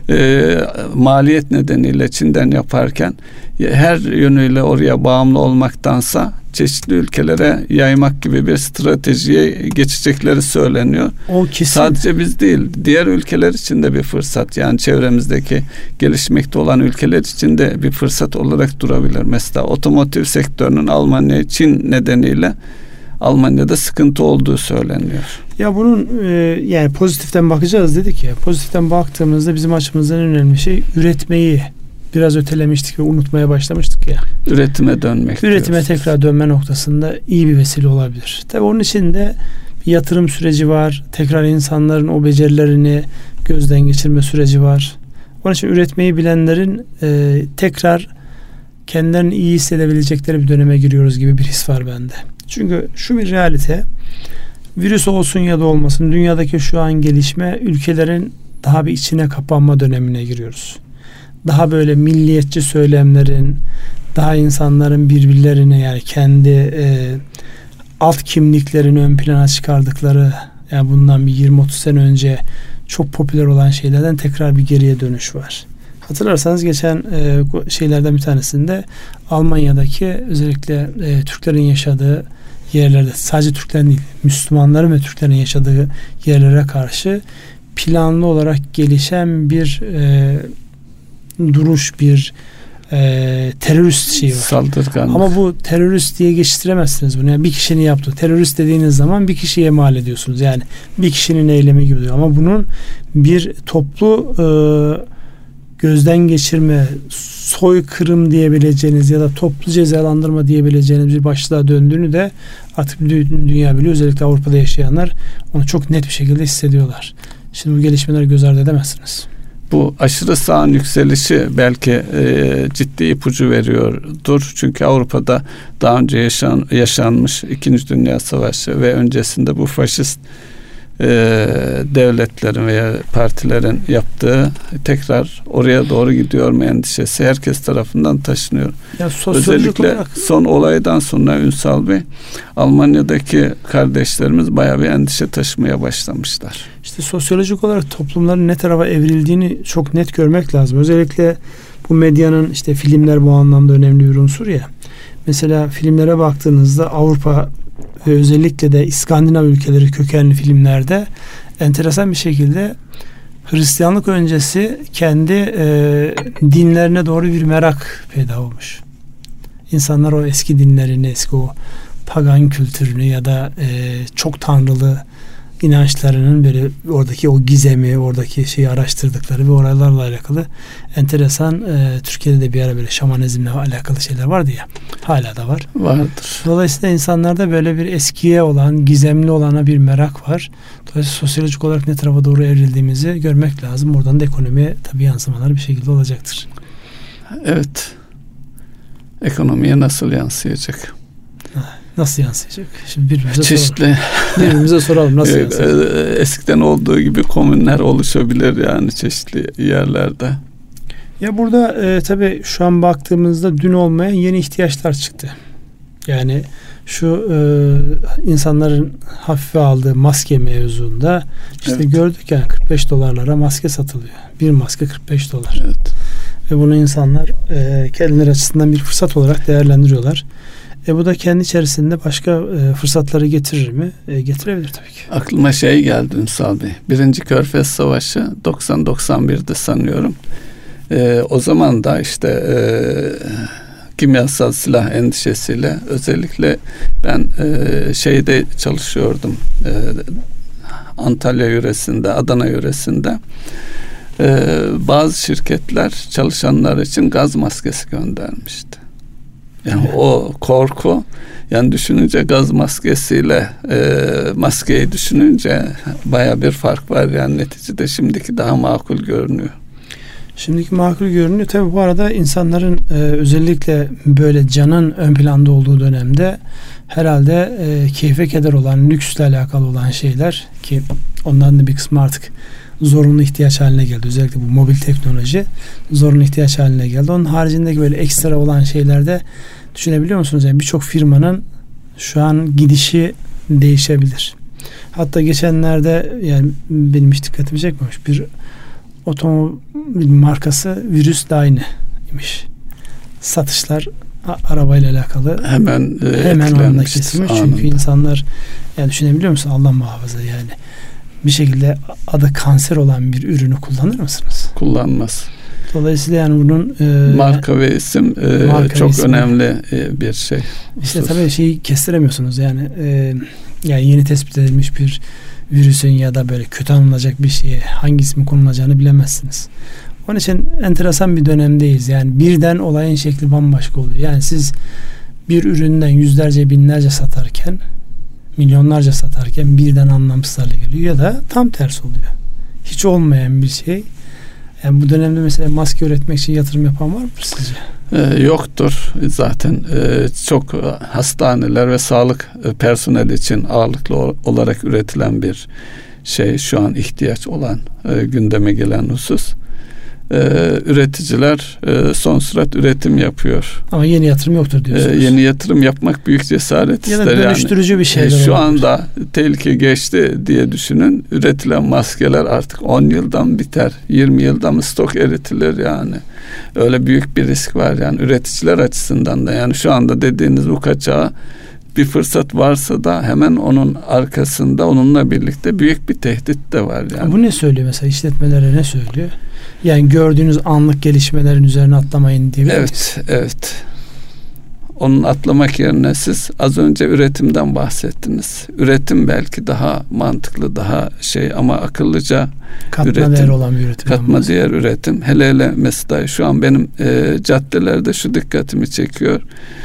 e, maliyet nedeniyle Çin'den yaparken her yönüyle oraya bağımlı olmaktansa çeşitli ülkelere yaymak gibi bir stratejiye geçecekleri söyleniyor. O kesin. Sadece biz değil, diğer ülkeler için de bir fırsat. Yani çevremizdeki gelişmekte olan ülkeler için de bir fırsat olarak durabilir. Mesela otomotiv sektörünün Almanya, Çin nedeniyle Almanya'da sıkıntı olduğu söyleniyor. Ya bunun e, yani pozitiften bakacağız dedik ya. Pozitiften baktığımızda bizim açımızdan en önemli şey üretmeyi biraz ötelemiştik ve unutmaya başlamıştık ya. Üretime dönmek. Üretime diyoruz. tekrar dönme noktasında iyi bir vesile olabilir. Tabii onun için de bir yatırım süreci var. Tekrar insanların o becerilerini gözden geçirme süreci var. Onun için üretmeyi bilenlerin e, tekrar kendilerini iyi hissedebilecekleri bir döneme giriyoruz gibi bir his var bende. Çünkü şu bir realite, virüs olsun ya da olmasın dünyadaki şu an gelişme ülkelerin daha bir içine kapanma dönemine giriyoruz. Daha böyle milliyetçi söylemlerin, daha insanların birbirlerine yani kendi e, alt kimliklerini ön plana çıkardıkları, yani bundan bir yirmi otuz sene önce çok popüler olan şeylerden tekrar bir geriye dönüş var. Hatırlarsanız geçen e, şeylerden bir tanesinde Almanya'daki özellikle e, Türklerin yaşadığı yerlerde, sadece Türklerin değil, Müslümanların ve Türklerin yaşadığı yerlere karşı planlı olarak gelişen bir e, duruş, bir e, terörist şeyi var. Saldırganlık. Ama bu terörist diye geçiştiremezsiniz bunu. Yani bir kişinin yaptığı. Terörist dediğiniz zaman bir kişiye mal ediyorsunuz. Yani bir kişinin eylemi gibi diyor. Ama bunun bir toplu e, gözden geçirme, soykırım diyebileceğiniz ya da toplu cezalandırma diyebileceğiniz bir başlığa döndüğünü de artık dünya biliyor. Özellikle Avrupa'da yaşayanlar onu çok net bir şekilde hissediyorlar. Şimdi bu gelişmeleri göz ardı edemezsiniz. Bu aşırı sağın yükselişi belki e, ciddi ipucu veriyordur. Çünkü Avrupa'da daha önce yaşan, yaşanmış İkinci Dünya Savaşı ve öncesinde bu faşist e, devletlerin veya partilerin yaptığı tekrar oraya doğru gidiyor mu endişesi herkes tarafından taşınıyor. Ya özellikle olarak... son olaydan sonra Ünsal Bey, Almanya'daki kardeşlerimiz bayağı bir endişe taşımaya başlamışlar. İşte sosyolojik olarak toplumların ne tarafa evrildiğini çok net görmek lazım. Özellikle bu medyanın, işte filmler bu anlamda önemli bir unsur ya. Mesela filmlere baktığınızda Avrupa ve özellikle de İskandinav ülkeleri kökenli filmlerde enteresan bir şekilde Hristiyanlık öncesi kendi e, dinlerine doğru bir merak peyda olmuş. İnsanlar o eski dinlerini, eski o pagan kültürünü ya da e, çok tanrılı inançlarının böyle oradaki o gizemi, oradaki şeyi araştırdıkları ve oralarla alakalı enteresan, e, Türkiye'de de bir ara böyle şamanizmle alakalı şeyler vardı ya, hala da var. Vardır. Dolayısıyla insanlarda böyle bir eskiye olan, gizemli olana bir merak var. Dolayısıyla sosyolojik olarak ne tarafa doğru evrildiğimizi görmek lazım. Oradan da ekonomiye tabii yansımalar bir şekilde olacaktır. Evet. Ekonomiye nasıl yansıyacak? Nasıl yansıyacak? Şimdi birbirimize Çeşitli, soralım. birbirimize soralım nasıl yansıyacak? Eskiden olduğu gibi komünler oluşabilir yani çeşitli yerlerde. Ya burada e, tabii şu an baktığımızda dün olmayan yeni ihtiyaçlar çıktı. Yani şu e, insanların hafife aldığı maske mevzuunda işte evet. gördük yani kırk beş dolarlara maske satılıyor. Bir maske kırk beş dolar. Evet. Ve bunu insanlar e, kendileri açısından bir fırsat olarak değerlendiriyorlar. E bu da kendi içerisinde başka e, fırsatları getirir mi? E, getirebilir tabii ki. Aklıma şey geldi Ünsal Bey. Birinci Körfez Savaşı doksan doksan birde sanıyorum. E, o zaman da işte e, kimyasal silah endişesiyle özellikle ben e, şeyde çalışıyordum. E, Antalya yöresinde, Adana yöresinde. E, bazı şirketler çalışanlar için gaz maskesi göndermişti. Yani evet. O korku, yani düşününce gaz maskesiyle e, maskeyi düşününce baya bir fark var yani neticede şimdiki daha makul görünüyor. Şimdiki makul görünüyor. Tabii bu arada insanların e, özellikle böyle canın ön planda olduğu dönemde herhalde e, keyfe keder olan, lüksle alakalı olan şeyler ki onların da bir kısmı artık zorunlu ihtiyaç haline geldi. Özellikle bu mobil teknoloji zorunlu ihtiyaç haline geldi. Onun haricindeki böyle ekstra olan şeylerde düşünebiliyor musunuz? Yani birçok firmanın şu an gidişi değişebilir. Hatta geçenlerde yani benim hiç dikkatimi çekmemiş bir otomobil markası virüsle aynı imiş. Satışlar a- arabayla alakalı hemen e, hemen onunla kesilmiş. Anında. Çünkü insanlar yani düşünebiliyor musun? Allah muhafaza yani. Bir şekilde adı kanser olan bir ürünü kullanır mısınız? Kullanmaz. Dolayısıyla yani bunun e, marka ve isim e, marka çok isim. önemli e, bir şey. İşte tabii şeyi kestiremiyorsunuz yani e, yani yeni tespit edilmiş bir virüsün ya da böyle kötü anılacak bir şeye hangi ismi konulacağını bilemezsiniz. Onun için enteresan bir dönemdeyiz. Yani birden olayın şekli bambaşka oluyor. Yani siz bir üründen yüzlerce binlerce satarken, milyonlarca satarken birden anlamsız hale geliyor ya da tam tersi oluyor. Hiç olmayan bir şey. Yani bu dönemde mesela maske üretmek için yatırım yapan var mı sizce? Ee, yoktur. Zaten e, çok hastaneler ve sağlık personeli için ağırlıklı olarak üretilen bir şey. Şu an ihtiyaç olan, e, gündeme gelen husus. Ee, üreticiler e, son sürat üretim yapıyor. Ama yeni yatırım yoktur diyorsunuz. Ee, yeni yatırım yapmak büyük cesaret ya ister. Ya da dönüştürücü yani. Bir şeyler Şu olabilir. anda tehlike geçti diye düşünün. Üretilen maskeler artık on yıldan biter. yirmi yılda mı stok eritilir yani. Öyle büyük bir risk var yani üreticiler açısından da. Yani şu anda dediğiniz bu kaçağı bir fırsat varsa da hemen onun arkasında onunla birlikte büyük bir tehdit de var yani. Bu ne söylüyor mesela, işletmelere ne söylüyor? Yani gördüğünüz anlık gelişmelerin üzerine atlamayın diye. Evet, miyiz? evet. Onun atlamak yerine siz az önce üretimden bahsettiniz. Üretim belki daha mantıklı, daha şey ama akıllıca katma üretim. değer olan bir üretim. Katma değer üretim. Hele hele mesela şu an benim e, caddelerde şu dikkatimi çekiyor.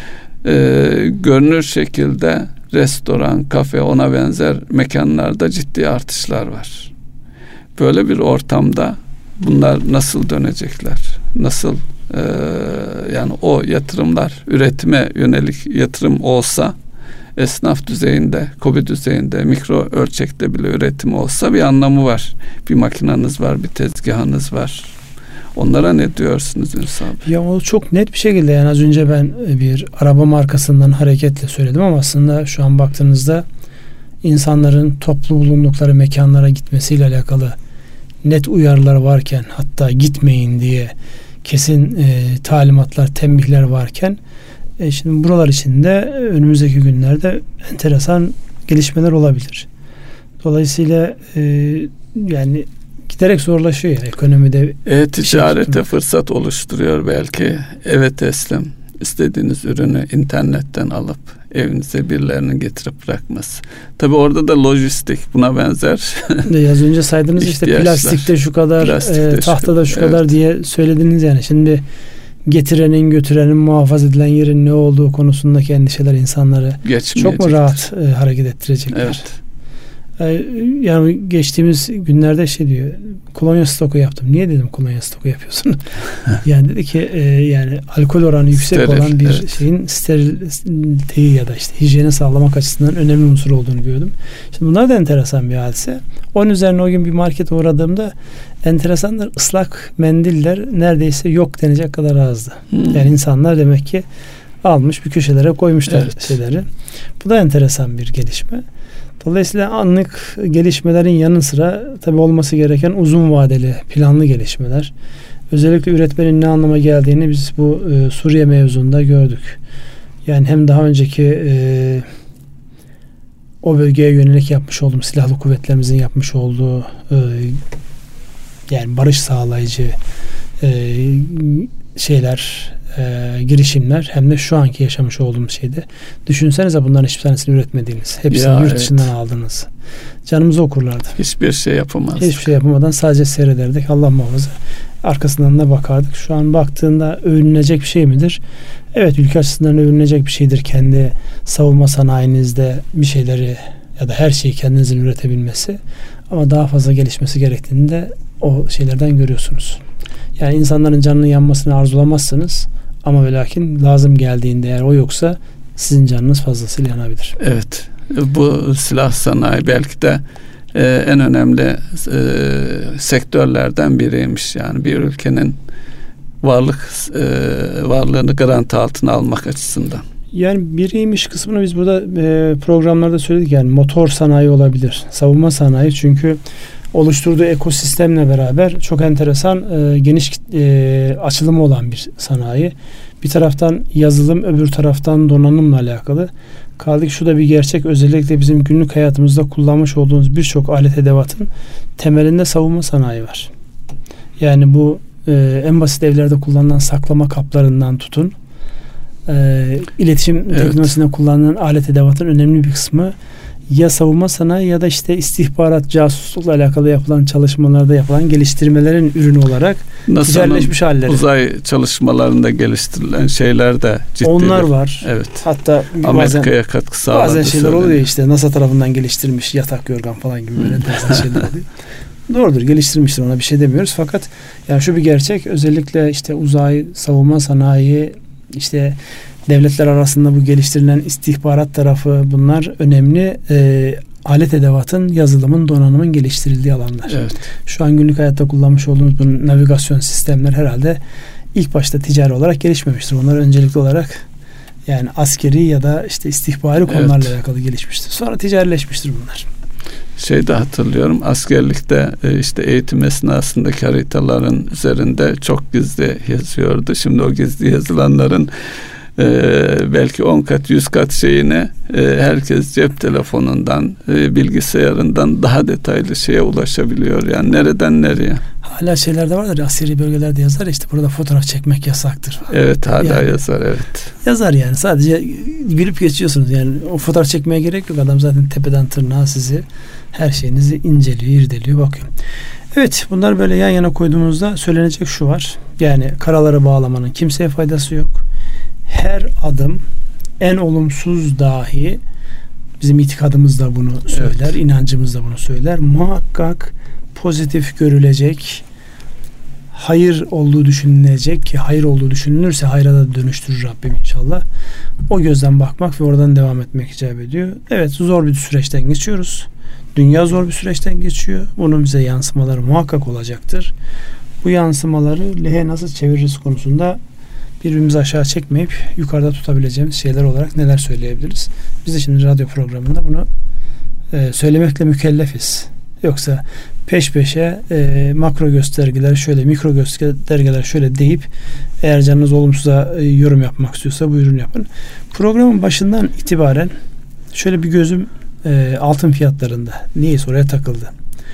E, görünür şekilde restoran, kafe, ona benzer mekanlarda ciddi artışlar var. Böyle bir ortamda bunlar nasıl dönecekler? Nasıl e, yani o yatırımlar üretime yönelik yatırım olsa esnaf düzeyinde, KOBİ düzeyinde, mikro ölçekte bile üretim olsa bir anlamı var. Bir makinanız var, bir tezgahınız var. Onlara ne diyorsunuz Ünsal Bey? Ya o çok net bir şekilde, yani az önce ben bir araba markasından hareketle söyledim ama aslında şu an baktığınızda insanların toplu bulundukları mekanlara gitmesiyle alakalı net uyarılar varken, hatta gitmeyin diye kesin e, talimatlar, tembihler varken e, şimdi buralar içinde önümüzdeki günlerde enteresan gelişmeler olabilir. Dolayısıyla e, yani giderek zorlaşıyor ya ekonomide. E-ticarete şey fırsat oluşturuyor belki. Eve teslim, istediğiniz ürünü internetten alıp evinize birilerinin getirip bırakması. Tabii orada da lojistik buna benzer. Az önce saydınız işte plastikte şu kadar, plastikte e, tahtada şu, şu kadar evet. diye söylediniz yani. Şimdi getirenin, götürenin, muhafaza edilen yerin ne olduğu konusundaki endişeler insanları çok mu rahat e, hareket ettirecekler? Evet. Yani geçtiğimiz günlerde şey diyor, kolonya stoku yaptım. Niye dedim kolonya stoku yapıyorsun? Yani dedi ki e, yani alkol oranı yüksek steril, olan bir evet. şeyin steriliteyi ya da işte hijyeni sağlamak açısından önemli unsur olduğunu gördüm. Şimdi bunlar da enteresan bir hadise. Onun üzerine o gün bir markete uğradığımda enteresanlar, ıslak mendiller neredeyse yok denecek kadar azdı. Hmm. Yani insanlar demek ki almış bir köşelere koymuşlar evet. şeyleri. Bu da enteresan bir gelişme. Dolayısıyla anlık gelişmelerin yanı sıra tabii olması gereken uzun vadeli, planlı gelişmeler. Özellikle üretmenin ne anlama geldiğini biz bu e, Suriye mevzunda gördük. Yani hem daha önceki e, o bölgeye yönelik yapmış olduğum, silahlı kuvvetlerimizin yapmış olduğu e, yani barış sağlayıcı e, şeyler, E, girişimler, hem de şu anki yaşamış olduğumuz şeyde. Düşünsenize bunların hiçbir tanesini üretmediğiniz. Hepsini ya, yurt evet. dışından aldınız. Canımızı okurlardı. Hiçbir şey yapamazdık. Hiçbir şey yapamadan sadece seyrederdik. Allah muhafaza. Arkasından da bakardık. Şu an baktığında övünülecek bir şey midir? Evet, ülke açısından övünülecek bir şeydir. Kendi savunma sanayinizde bir şeyleri ya da her şeyi kendinizin üretebilmesi. Ama daha fazla gelişmesi gerektiğini de o şeylerden görüyorsunuz. Yani insanların canının yanmasını arzulamazsınız ama ve lakin lazım geldiğinde eğer o yoksa sizin canınız fazlasıyla yanabilir. Evet. Bu silah sanayi belki de e, en önemli e, sektörlerden biriymiş. Yani bir ülkenin varlık e, varlığını garanti altına almak açısından. Yani biriymiş kısmını biz burada e, programlarda söyledik. Yani motor sanayi olabilir. Savunma sanayi, çünkü oluşturduğu ekosistemle beraber çok enteresan e, geniş e, açılımı olan bir sanayi. Bir taraftan yazılım, öbür taraftan donanımla alakalı. Kaldı ki şu da bir gerçek, özellikle bizim günlük hayatımızda kullanmış olduğumuz birçok alet edevatın temelinde savunma sanayi var. Yani bu e, en basit evlerde kullanılan saklama kaplarından tutun, e, iletişim evet. teknolojisinde kullanılan alet edevatın önemli bir kısmı ya savunma sanayi ya da işte istihbarat, casuslukla alakalı yapılan çalışmalarda yapılan geliştirmelerin ürünü olarak ticaretleşmiş halleri. Uzay çalışmalarında geliştirilen şeyler de ciddi. Onlar var. Evet. Hatta Amerika'ya katkı sağladı. Bazen şeyler söyleniyor. Oluyor işte NASA tarafından geliştirilmiş yatak yorgan falan gibi böyle bazen şeyler oluyor. Doğrudur, geliştirmiştir, ona bir şey demiyoruz, fakat yani şu bir gerçek, özellikle işte uzay, savunma sanayi, işte devletler arasında bu geliştirilen istihbarat tarafı, bunlar önemli e, alet edevatın, yazılımın, donanımın geliştirildiği alanlar. Evet. Şu an günlük hayatta kullanmış olduğumuz bu navigasyon sistemler herhalde ilk başta ticari olarak gelişmemiştir. Onlar öncelikli olarak yani askeri ya da işte istihbari konularla evet. alakalı gelişmiştir. Sonra ticarileşmiştir bunlar. Şey de hatırlıyorum, askerlikte işte eğitim esnasındaki haritaların üzerinde çok gizli yazıyordu. Şimdi o gizli yazılanların Ee, belki on kat yüz kat şeyine e, herkes cep telefonundan e, bilgisayarından daha detaylı şeye ulaşabiliyor. Yani nereden nereye? Hala şeyler de vardır, askeri bölgelerde yazar işte burada fotoğraf çekmek yasaktır. Evet, hala yani, yazar evet. Yazar yani, sadece gülüp geçiyorsunuz. Yani o fotoğraf çekmeye gerek yok. Adam zaten tepeden tırnağa sizi, her şeyinizi inceliyor, irdeliyor, bakıyor. Evet, bunlar böyle yan yana koyduğumuzda söylenecek şu var. Yani karalara bağlamanın kimseye faydası yok. Her adım, en olumsuz dahi, bizim itikadımız da bunu söyler, evet. inancımız da bunu söyler. Muhakkak pozitif görülecek, hayır olduğu düşünülecek ki hayır olduğu düşünülürse hayra da dönüştürür Rabbim inşallah. O gözden bakmak ve oradan devam etmek icap ediyor. Evet, zor bir süreçten geçiyoruz. Dünya zor bir süreçten geçiyor. Bunun bize yansımaları muhakkak olacaktır. Bu yansımaları lehe nasıl çeviririz konusunda birbirimizi aşağı çekmeyip yukarıda tutabileceğimiz şeyler olarak neler söyleyebiliriz? Biz de şimdi radyo programında bunu e, söylemekle mükellefiz. Yoksa peş peşe e, makro göstergeler şöyle, mikro göstergeler şöyle deyip eğer canınız olumsuza e, yorum yapmak istiyorsa buyurun yapın. Programın başından itibaren şöyle bir gözüm e, altın fiyatlarında. Niyeyse oraya takıldı.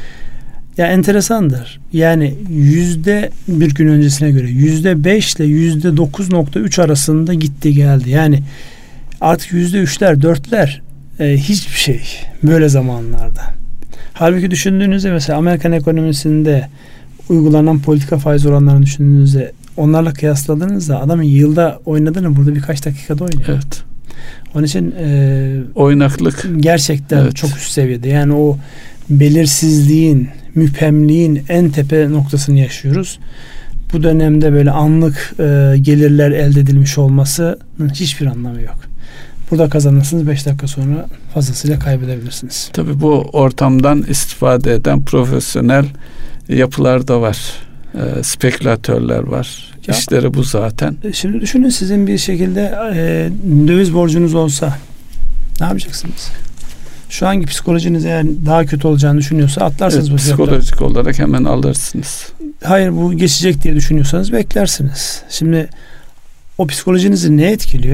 Ya enteresandır. Yani yüzde bir gün öncesine göre yüzde beş ile yüzde dokuz nokta üç arasında gitti geldi. Yani artık yüzde üçler, dörtler e, hiçbir şey böyle zamanlarda. Halbuki düşündüğünüzde mesela Amerikan ekonomisinde uygulanan politika faiz oranlarını düşündüğünüzde onlarla kıyasladığınızda adamın yılda oynadığını burada birkaç dakikada oynuyor. Evet. Onun için e, oynaklık gerçekten evet. çok üst seviyede. Yani o belirsizliğin, müphemliğin en tepe noktasını yaşıyoruz. Bu dönemde böyle anlık e, gelirler elde edilmiş olmasının hiçbir anlamı yok. Burada kazanırsınız, beş dakika sonra fazlasıyla kaybedebilirsiniz. Tabii bu ortamdan istifade eden profesyonel yapılar da var. E, spekülatörler var. Ya, İşleri bu zaten. Şimdi düşünün, sizin bir şekilde e, döviz borcunuz olsa ne yapacaksınız? Şu anki psikolojiniz eğer daha kötü olacağını düşünüyorsa atlarsınız evet, bu fiyatları. Psikolojik olarak hemen alırsınız. Hayır, bu geçecek diye düşünüyorsanız beklersiniz. Şimdi o psikolojinizi ne etkiliyor?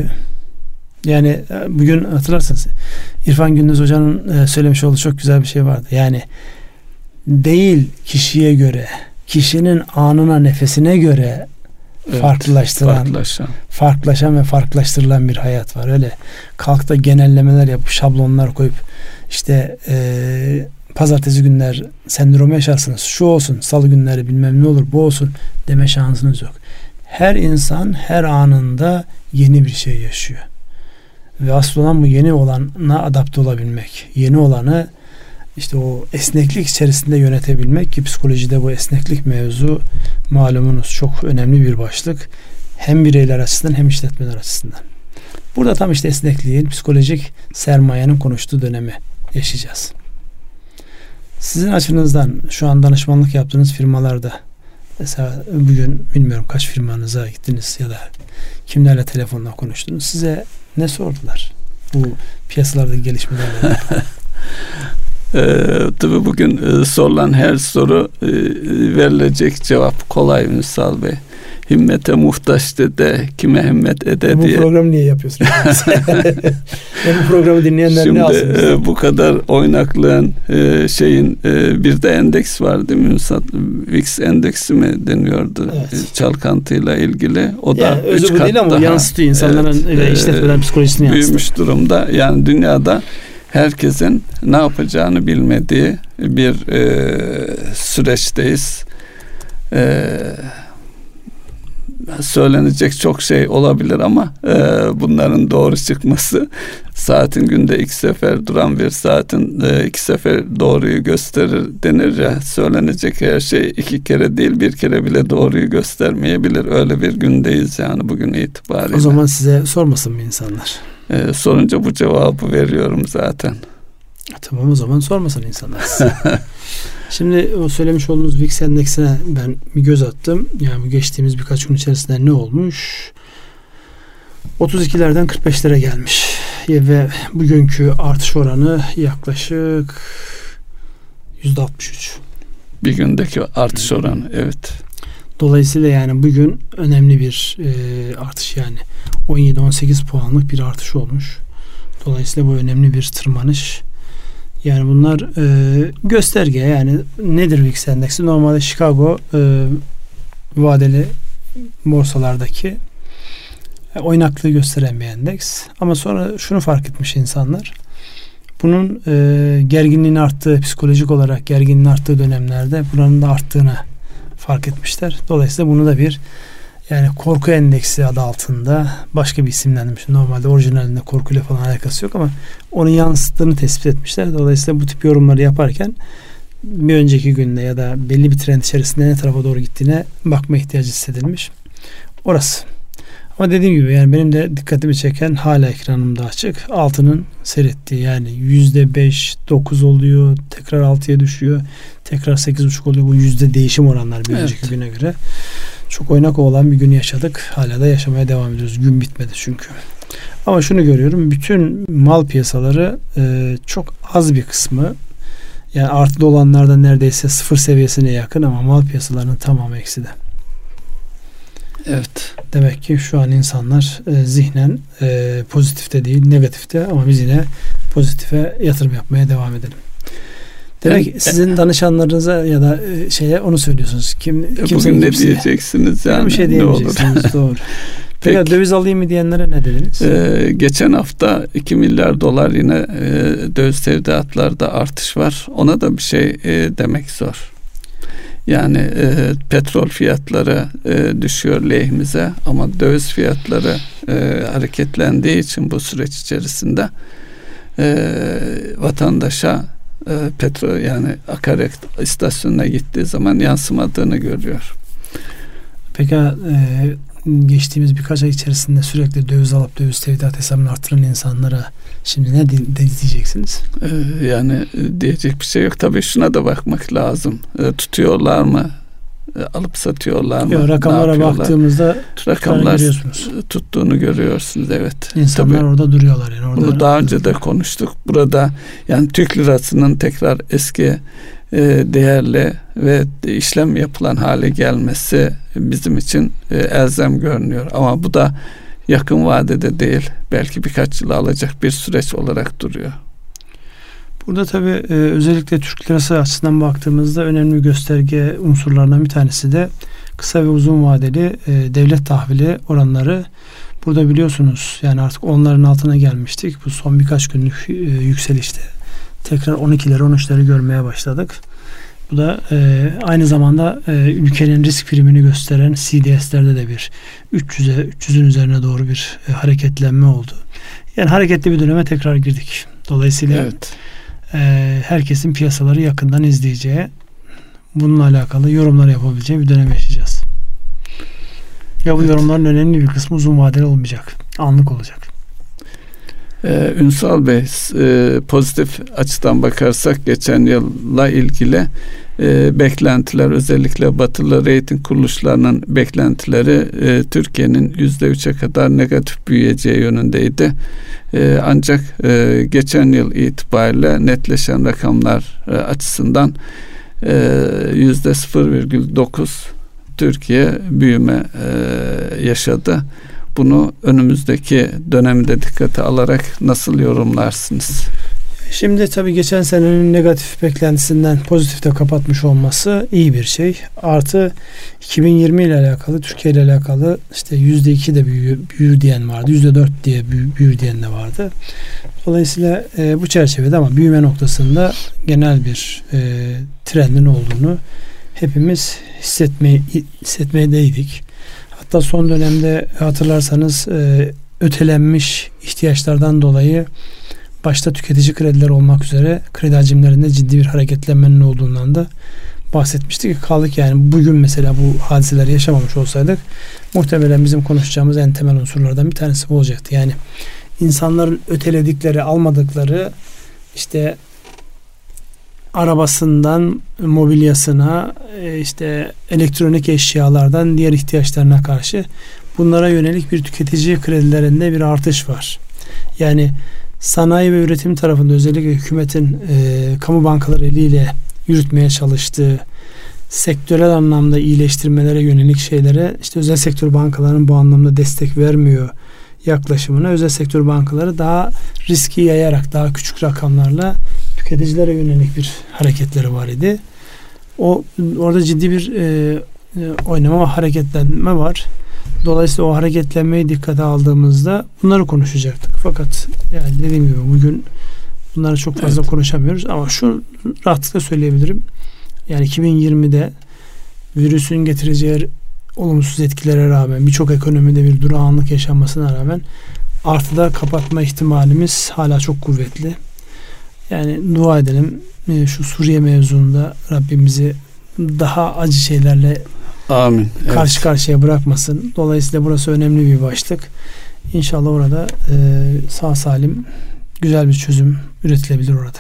Yani bugün hatırlarsınız İrfan Gündüz Hoca'nın söylemiş olduğu çok güzel bir şey vardı. Yani değil kişiye göre, kişinin anına, nefesine göre evet, farklılaştıran, farklılaşan. farklılaşan ve farklılaştırılan bir hayat var. Öyle kalk da genellemeler yapıp şablonlar koyup işte e, pazartesi günler sendromu yaşarsınız, şu olsun, salı günleri bilmem ne olur, bu olsun deme şansınız yok. Her insan her anında yeni bir şey yaşıyor. Ve asıl olan bu yeni olana adapte olabilmek. Yeni olanı işte o esneklik içerisinde yönetebilmek ki psikolojide bu esneklik mevzu malumunuz çok önemli bir başlık. Hem bireyler açısından hem işletmeler açısından. Burada tam işte esnekliğin, psikolojik sermayenin konuştuğu dönemi yaşayacağız. Sizin açınızdan şu an danışmanlık yaptığınız firmalarda mesela bugün bilmiyorum kaç firmanıza gittiniz ya da kimlerle telefonla konuştunuz. Size ne sordular bu piyasalardaki gelişmelerle? Ee, tabii bugün e, sorulan her soru e, verilecek cevap kolay Ünsal Bey. Himmete muhtaç de kime himmet ede bu diye. Bu programı niye yapıyorsunuz? Bu programı dinleyenler şimdi, ne alsın? E, bu kadar oynaklığın e, şeyin e, bir de endeks var değil mi Ünsal? V I X endeksi mi deniyordu? Evet. E, çalkantıyla ilgili. O yani da özü bu değil ama daha, yansıtıyor insanların evet, ve işletmelerin psikolojisini yansıtıyor. Büyümüş durumda. Yani dünyada herkesin ne yapacağını bilmediği bir e, süreçteyiz. E, söylenecek çok şey olabilir ama e, bunların doğru çıkması, saatin günde iki sefer duran bir saatin e, iki sefer doğruyu gösterir denir ya, söylenecek her şey iki kere değil bir kere bile doğruyu göstermeyebilir. Öyle bir gündeyiz yani bugün itibariyle. O zaman size sormasın mı insanlar? E, sorunca bu cevabı veriyorum zaten. Tamam, o zaman sormasın insanlar. Şimdi o söylemiş olduğunuz V I X endeksine ben bir göz attım. Yani bu geçtiğimiz birkaç gün içerisinde ne olmuş? otuz ikilerden kırk beşlere gelmiş. Ve bugünkü artış oranı yaklaşık yüzde altmış üç. Bir gündeki artış oranı, evet. Dolayısıyla yani bugün önemli bir e, artış, yani on yedi on sekiz puanlık bir artış olmuş. Dolayısıyla bu önemli bir tırmanış. Yani bunlar e, gösterge. Yani nedir V I X endeksi? Normalde Chicago e, vadeli borsalardaki e, oynaklığı gösteren bir endeks. Ama sonra şunu fark etmiş insanlar. Bunun e, gerginliğin arttığı, psikolojik olarak gerginliğin arttığı dönemlerde buranın da arttığını fark etmişler. Dolayısıyla bunu da bir yani korku endeksi adı altında başka bir isimlendirmiş. Normalde orijinalinde korkuyla falan alakası yok ama onu yansıttığını tespit etmişler. Dolayısıyla bu tip yorumları yaparken bir önceki günde ya da belli bir trend içerisinde ne tarafa doğru gittiğine bakma ihtiyacı hissedilmiş. Orası. Ama dediğim gibi yani benim de dikkatimi çeken hala ekranımda açık. Altının seyrettiği yani yüzde beş, dokuz oluyor. Tekrar altıya düşüyor. Tekrar sekiz buçuk oluyor. Bu yüzde değişim oranlar bir evet. önceki güne göre. Çok oynak olan bir gün yaşadık. Hala da yaşamaya devam ediyoruz. Gün bitmedi çünkü. Ama şunu görüyorum. Bütün mal piyasaları e, çok az bir kısmı yani artıda olanlardan neredeyse sıfır seviyesine yakın ama mal piyasalarının tamamı ekside. Evet. Demek ki şu an insanlar e, zihnen e, pozitifte değil negatifte ama biz yine pozitife yatırım yapmaya devam edelim. Demek yani, sizin e, danışanlarınıza ya da e, şeye onu söylüyorsunuz. Kim, e, bugün ne diyeceksiniz yani? Bir şey diyemeyeceksiniz. Doğru. Peki, Peki döviz alayım mı diyenlere ne dediniz? E, geçen hafta iki milyar dolar yine e, döviz tevdiatlarda artış var. Ona da bir şey e, demek zor. Yani e, petrol fiyatları e, düşüyor lehimize ama döviz fiyatları e, hareketlendiği için bu süreç içerisinde e, vatandaşa e, petrol yani akaryakıt istasyonuna gittiği zaman yansımadığını görüyor. Peki e, geçtiğimiz birkaç ay içerisinde sürekli döviz alıp döviz tevdiat hesabını artıran insanlara şimdi ne diyeceksiniz? Ee, yani diyecek bir şey yok. Tabii şuna da bakmak lazım. Ee, tutuyorlar mı? Ee, alıp satıyorlar mı? Yok, rakamlara baktığımızda rakamlar görüyorsunuz. Tuttuğunu görüyorsunuz. Evet. İnsanlar Tabii, orada duruyorlar. Yani orada bunu daha önce de konuştuk. Burada yani Türk lirasının tekrar eski e, değerli ve işlem yapılan hale gelmesi bizim için e, elzem görünüyor. Ama bu da yakın vadede değil, belki birkaç yıl alacak bir süreç olarak duruyor. Burada tabii e, özellikle Türk lirası açısından baktığımızda önemli gösterge unsurlarından bir tanesi de kısa ve uzun vadeli e, devlet tahvili oranları. Burada biliyorsunuz yani artık onların altına gelmiştik. Bu son birkaç günlük e, yükselişte tekrar on ikilere on üçleri görmeye başladık. Bu da e, aynı zamanda e, ülkenin risk primini gösteren C D S'lerde de bir üç yüze üç yüzün üzerine doğru bir e, hareketlenme oldu. Yani hareketli bir döneme tekrar girdik. Dolayısıyla evet. e, herkesin piyasaları yakından izleyeceği, bununla alakalı yorumlar yapabileceği bir dönem yaşayacağız. Ya bu evet. yorumların önemli bir kısmı uzun vadeli olmayacak. Anlık olacak. Ee, Ünsal Bey, e, pozitif açıdan bakarsak geçen yılla ilgili e, beklentiler, özellikle batılı reyting kuruluşlarının beklentileri e, Türkiye'nin yüzde üçe kadar negatif büyüyeceği yönündeydi. E, ancak e, geçen yıl itibariyle netleşen rakamlar e, açısından e, yüzde sıfır virgül dokuz Türkiye büyüme e, yaşadı. Bunu önümüzdeki dönemde dikkate alarak nasıl yorumlarsınız? Şimdi tabii geçen senenin negatif beklentisinden pozitifte kapatmış olması iyi bir şey. Artı iki bin yirmi ile alakalı, Türkiye ile alakalı işte yüzde iki de büyür, büyür diyen vardı. yüzde dört diye büyür, büyür diyen de vardı. Dolayısıyla e, bu çerçevede ama büyüme noktasında genel bir e, trendin olduğunu hepimiz hissetmeye, hissetmeyedeydik. Hatta son dönemde hatırlarsanız e, ötelenmiş ihtiyaçlardan dolayı başta tüketici krediler olmak üzere kredi hacimlerinde ciddi bir hareketlenmenin olduğundan da bahsetmiştik. Kaldık yani bugün mesela bu hadiseleri yaşamamış olsaydık muhtemelen bizim konuşacağımız en temel unsurlardan bir tanesi bu olacaktı. Yani insanların öteledikleri, almadıkları işte arabasından mobilyasına, işte elektronik eşyalardan diğer ihtiyaçlarına karşı bunlara yönelik bir tüketici kredilerinde bir artış var. Yani sanayi ve üretim tarafında özellikle hükümetin e, kamu bankaları eliyle yürütmeye çalıştığı sektörel anlamda iyileştirmelere yönelik şeylere işte özel sektör bankalarının bu anlamda destek vermiyor yaklaşımına özel sektör bankaları daha riski yayarak daha küçük rakamlarla tüketicilere yönelik bir hareketleri var idi. O orada ciddi bir e, oynama ve hareketlenme var. Dolayısıyla o hareketlenmeyi dikkate aldığımızda bunları konuşacaktık. Fakat yani dediğim gibi bugün bunları çok fazla evet. konuşamıyoruz ama şu rahatlıkla söyleyebilirim. Yani iki bin yirmide virüsün getireceği olumsuz etkilere rağmen birçok ekonomide bir durağanlık yaşanmasına rağmen artıda kapatma ihtimalimiz hala çok kuvvetli. Yani dua edelim e, şu Suriye mevzuunda Rabbimizi daha acı şeylerle Amin. karşı evet. karşıya bırakmasın. Dolayısıyla burası önemli bir başlık. İnşallah orada e, sağ salim güzel bir çözüm üretilebilir orada.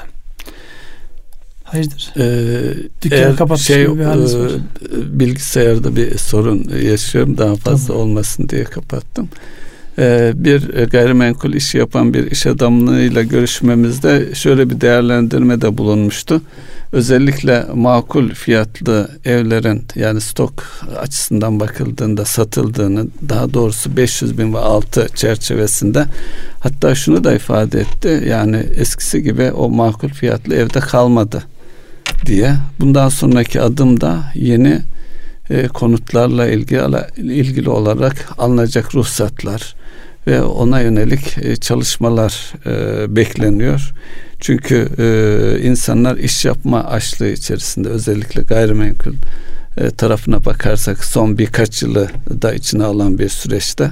Hayırdır? Ee, Dükkanı kapatmış şey, gibi bir haliniz var. E, bilgisayarda bir sorun yaşıyorum. Daha fazla tamam. olmasın diye kapattım. Ee, bir gayrimenkul işi yapan bir iş adamıyla görüşmemizde şöyle bir değerlendirmede bulunmuştu. Özellikle makul fiyatlı evlerin, yani stok açısından bakıldığında satıldığını, daha doğrusu beş yüz bin ve altı çerçevesinde, hatta şunu da ifade etti, yani eskisi gibi o makul fiyatlı evde kalmadı diye. Bundan sonraki adım da yeni e, konutlarla ilgili, ilgili olarak alınacak ruhsatlar ve ona yönelik e, çalışmalar e, bekleniyor. Çünkü e, insanlar iş yapma açlığı içerisinde, özellikle gayrimenkul e, tarafına bakarsak son birkaç yılı da içine alan bir süreçte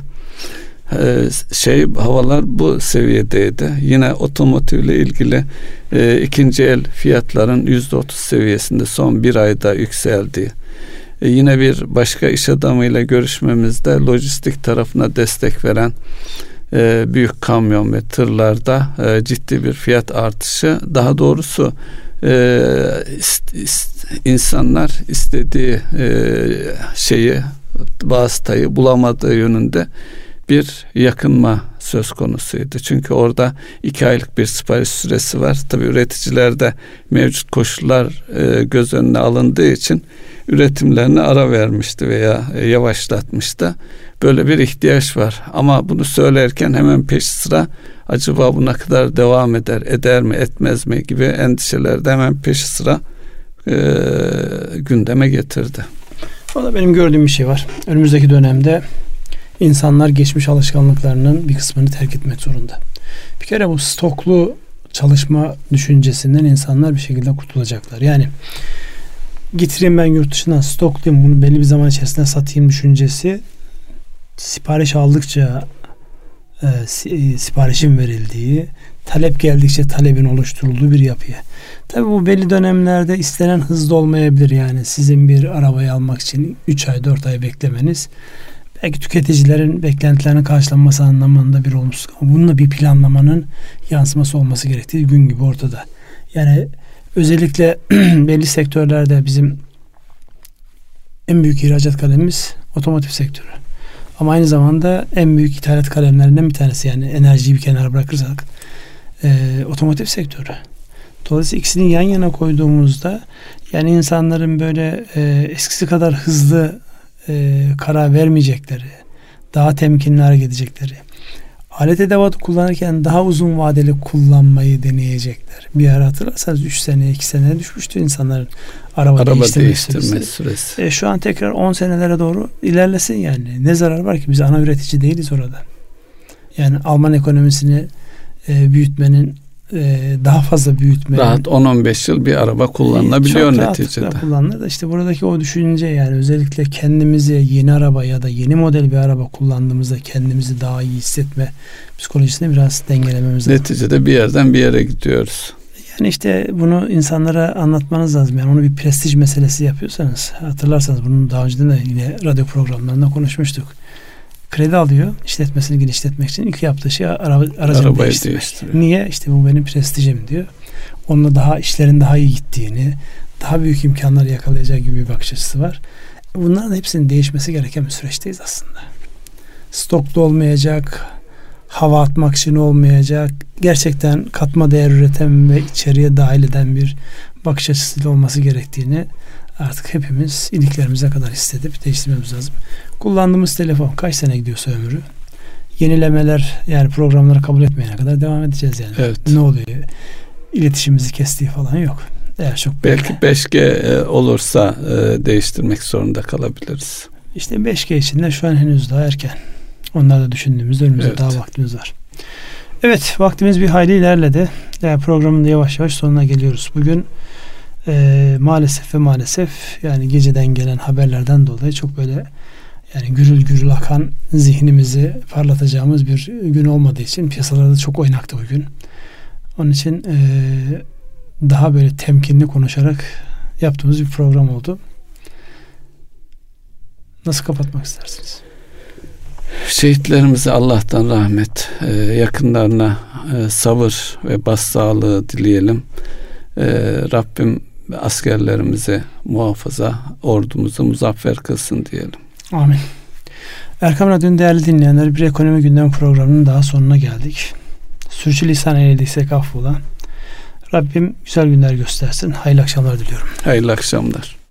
e, şey havalar bu seviyedeydi. Yine otomotivle ilgili e, ikinci el fiyatların yüzde otuz seviyesinde son bir ayda yükseldiği. E, yine bir başka iş adamıyla görüşmemizde lojistik tarafına destek veren e, büyük kamyon ve tırlarda e, ciddi bir fiyat artışı, daha doğrusu e, ist, ist, insanlar istediği e, şeyi, vasıtayı bulamadığı yönünde bir yakınma söz konusuydu. Çünkü orada iki aylık bir sipariş süresi var. Tabii üreticilerde mevcut koşullar e, göz önüne alındığı için üretimlerine ara vermişti veya e, yavaşlatmıştı. Böyle bir ihtiyaç var. Ama bunu söylerken hemen peş sıra acaba bu ne kadar devam eder, eder mi, etmez mi gibi endişeler de hemen peş sıra e, gündeme getirdi. O da benim gördüğüm bir şey var. Önümüzdeki dönemde İnsanlar geçmiş alışkanlıklarının bir kısmını terk etmek zorunda. Bir kere bu stoklu çalışma düşüncesinden insanlar bir şekilde kurtulacaklar. Yani getireyim ben yurt dışından, stoklayayım, bunu belli bir zaman içerisinde satayım düşüncesi, sipariş aldıkça e, siparişin verildiği, talep geldikçe talebin oluşturulduğu bir yapıya. Tabii bu belli dönemlerde istenen hızlı olmayabilir. Yani sizin bir arabayı almak için üç ay dört ay beklemeniz belki tüketicilerin beklentilerinin karşılanması anlamında bir olumsuzluk. Ama bununla bir planlamanın yansıması olması gerektiği gün gibi ortada. Yani özellikle belli sektörlerde bizim en büyük ihracat kalemimiz otomotiv sektörü. Ama aynı zamanda en büyük ithalat kalemlerinden bir tanesi, yani enerjiyi bir kenara bırakırsak e, otomotiv sektörü. Dolayısıyla ikisini yan yana koyduğumuzda yani insanların böyle e, eskisi kadar hızlı E, karar vermeyecekleri, daha temkinli hareket edecekleri, alet edevatı kullanırken daha uzun vadeli kullanmayı deneyecekler. Bir ara hatırlarsanız üç sene, iki seneye düşmüştü insanların araba, araba değiştirme, değiştirme süresi. süresi. E, şu an tekrar on senelere doğru ilerlesin yani. Ne zarar var ki? Biz ana üretici değiliz orada. Yani Alman ekonomisini e, büyütmenin, e, daha fazla büyütmenin, rahat on on beş yıl bir araba kullanılabiliyor çok neticede. Çok kullanılır da işte buradaki o düşünce, yani özellikle kendimizi yeni araba ya da yeni model bir araba kullandığımızda kendimizi daha iyi hissetme psikolojisini biraz dengelememiz lazım. Neticede bir yerden bir yere gidiyoruz. Yani işte bunu insanlara anlatmanız lazım. Yani onu bir prestij meselesi yapıyorsanız, hatırlarsanız bunun daha önceden de yine radyo programlarında konuşmuştuk. Kredi alıyor, işletmesini genişletmek için ilk yaptığı şey araba, aracını değiştirmek. Niye? İşte bu benim prestijim diyor. Onunla daha işlerin daha iyi gittiğini, daha büyük imkanlar yakalayacağı gibi bir bakış açısı var. Bunların hepsinin değişmesi gereken bir süreçteyiz aslında. Stoklu olmayacak, hava atmak için olmayacak, gerçekten katma değer üreten ve içeriye dahil eden bir bakış açısıyla olması gerektiğini artık hepimiz iliklerimize kadar hissedip değiştirmemiz lazım. Kullandığımız telefon kaç sene gidiyorsa ömrü, yenilemeler, yani programları kabul etmeyene kadar devam edeceğiz yani. Evet. Ne oluyor? İletişimimizi kestiği falan yok. Eğer çok belki böyle. beş G olursa e, değiştirmek zorunda kalabiliriz. İşte beş G için de şu an henüz daha erken. Onları da düşündüğümüzde önümüzde evet. daha vaktimiz var. Evet, vaktimiz bir hayli ilerledi. Yani programın da yavaş yavaş sonuna geliyoruz. Bugün e, maalesef ve maalesef yani geceden gelen haberlerden dolayı çok böyle yani gürül gürül akan zihnimizi parlatacağımız bir gün olmadığı için piyasalarda çok oynaktı bugün. Onun için e, daha böyle temkinli konuşarak yaptığımız bir program oldu. Nasıl kapatmak istersiniz? Şehitlerimize Allah'tan rahmet, yakınlarına sabır ve başsağlığı dileyelim. Rabbim askerlerimize muhafaza, ordumuzu muzaffer kılsın diyelim. Amin. Erkam Radyo'nun değerli dinleyenleri, bir ekonomi gündem programının daha sonuna geldik. Sürçülisan eylediysek affola. Rabbim güzel günler göstersin. Hayırlı akşamlar diliyorum. Hayırlı akşamlar.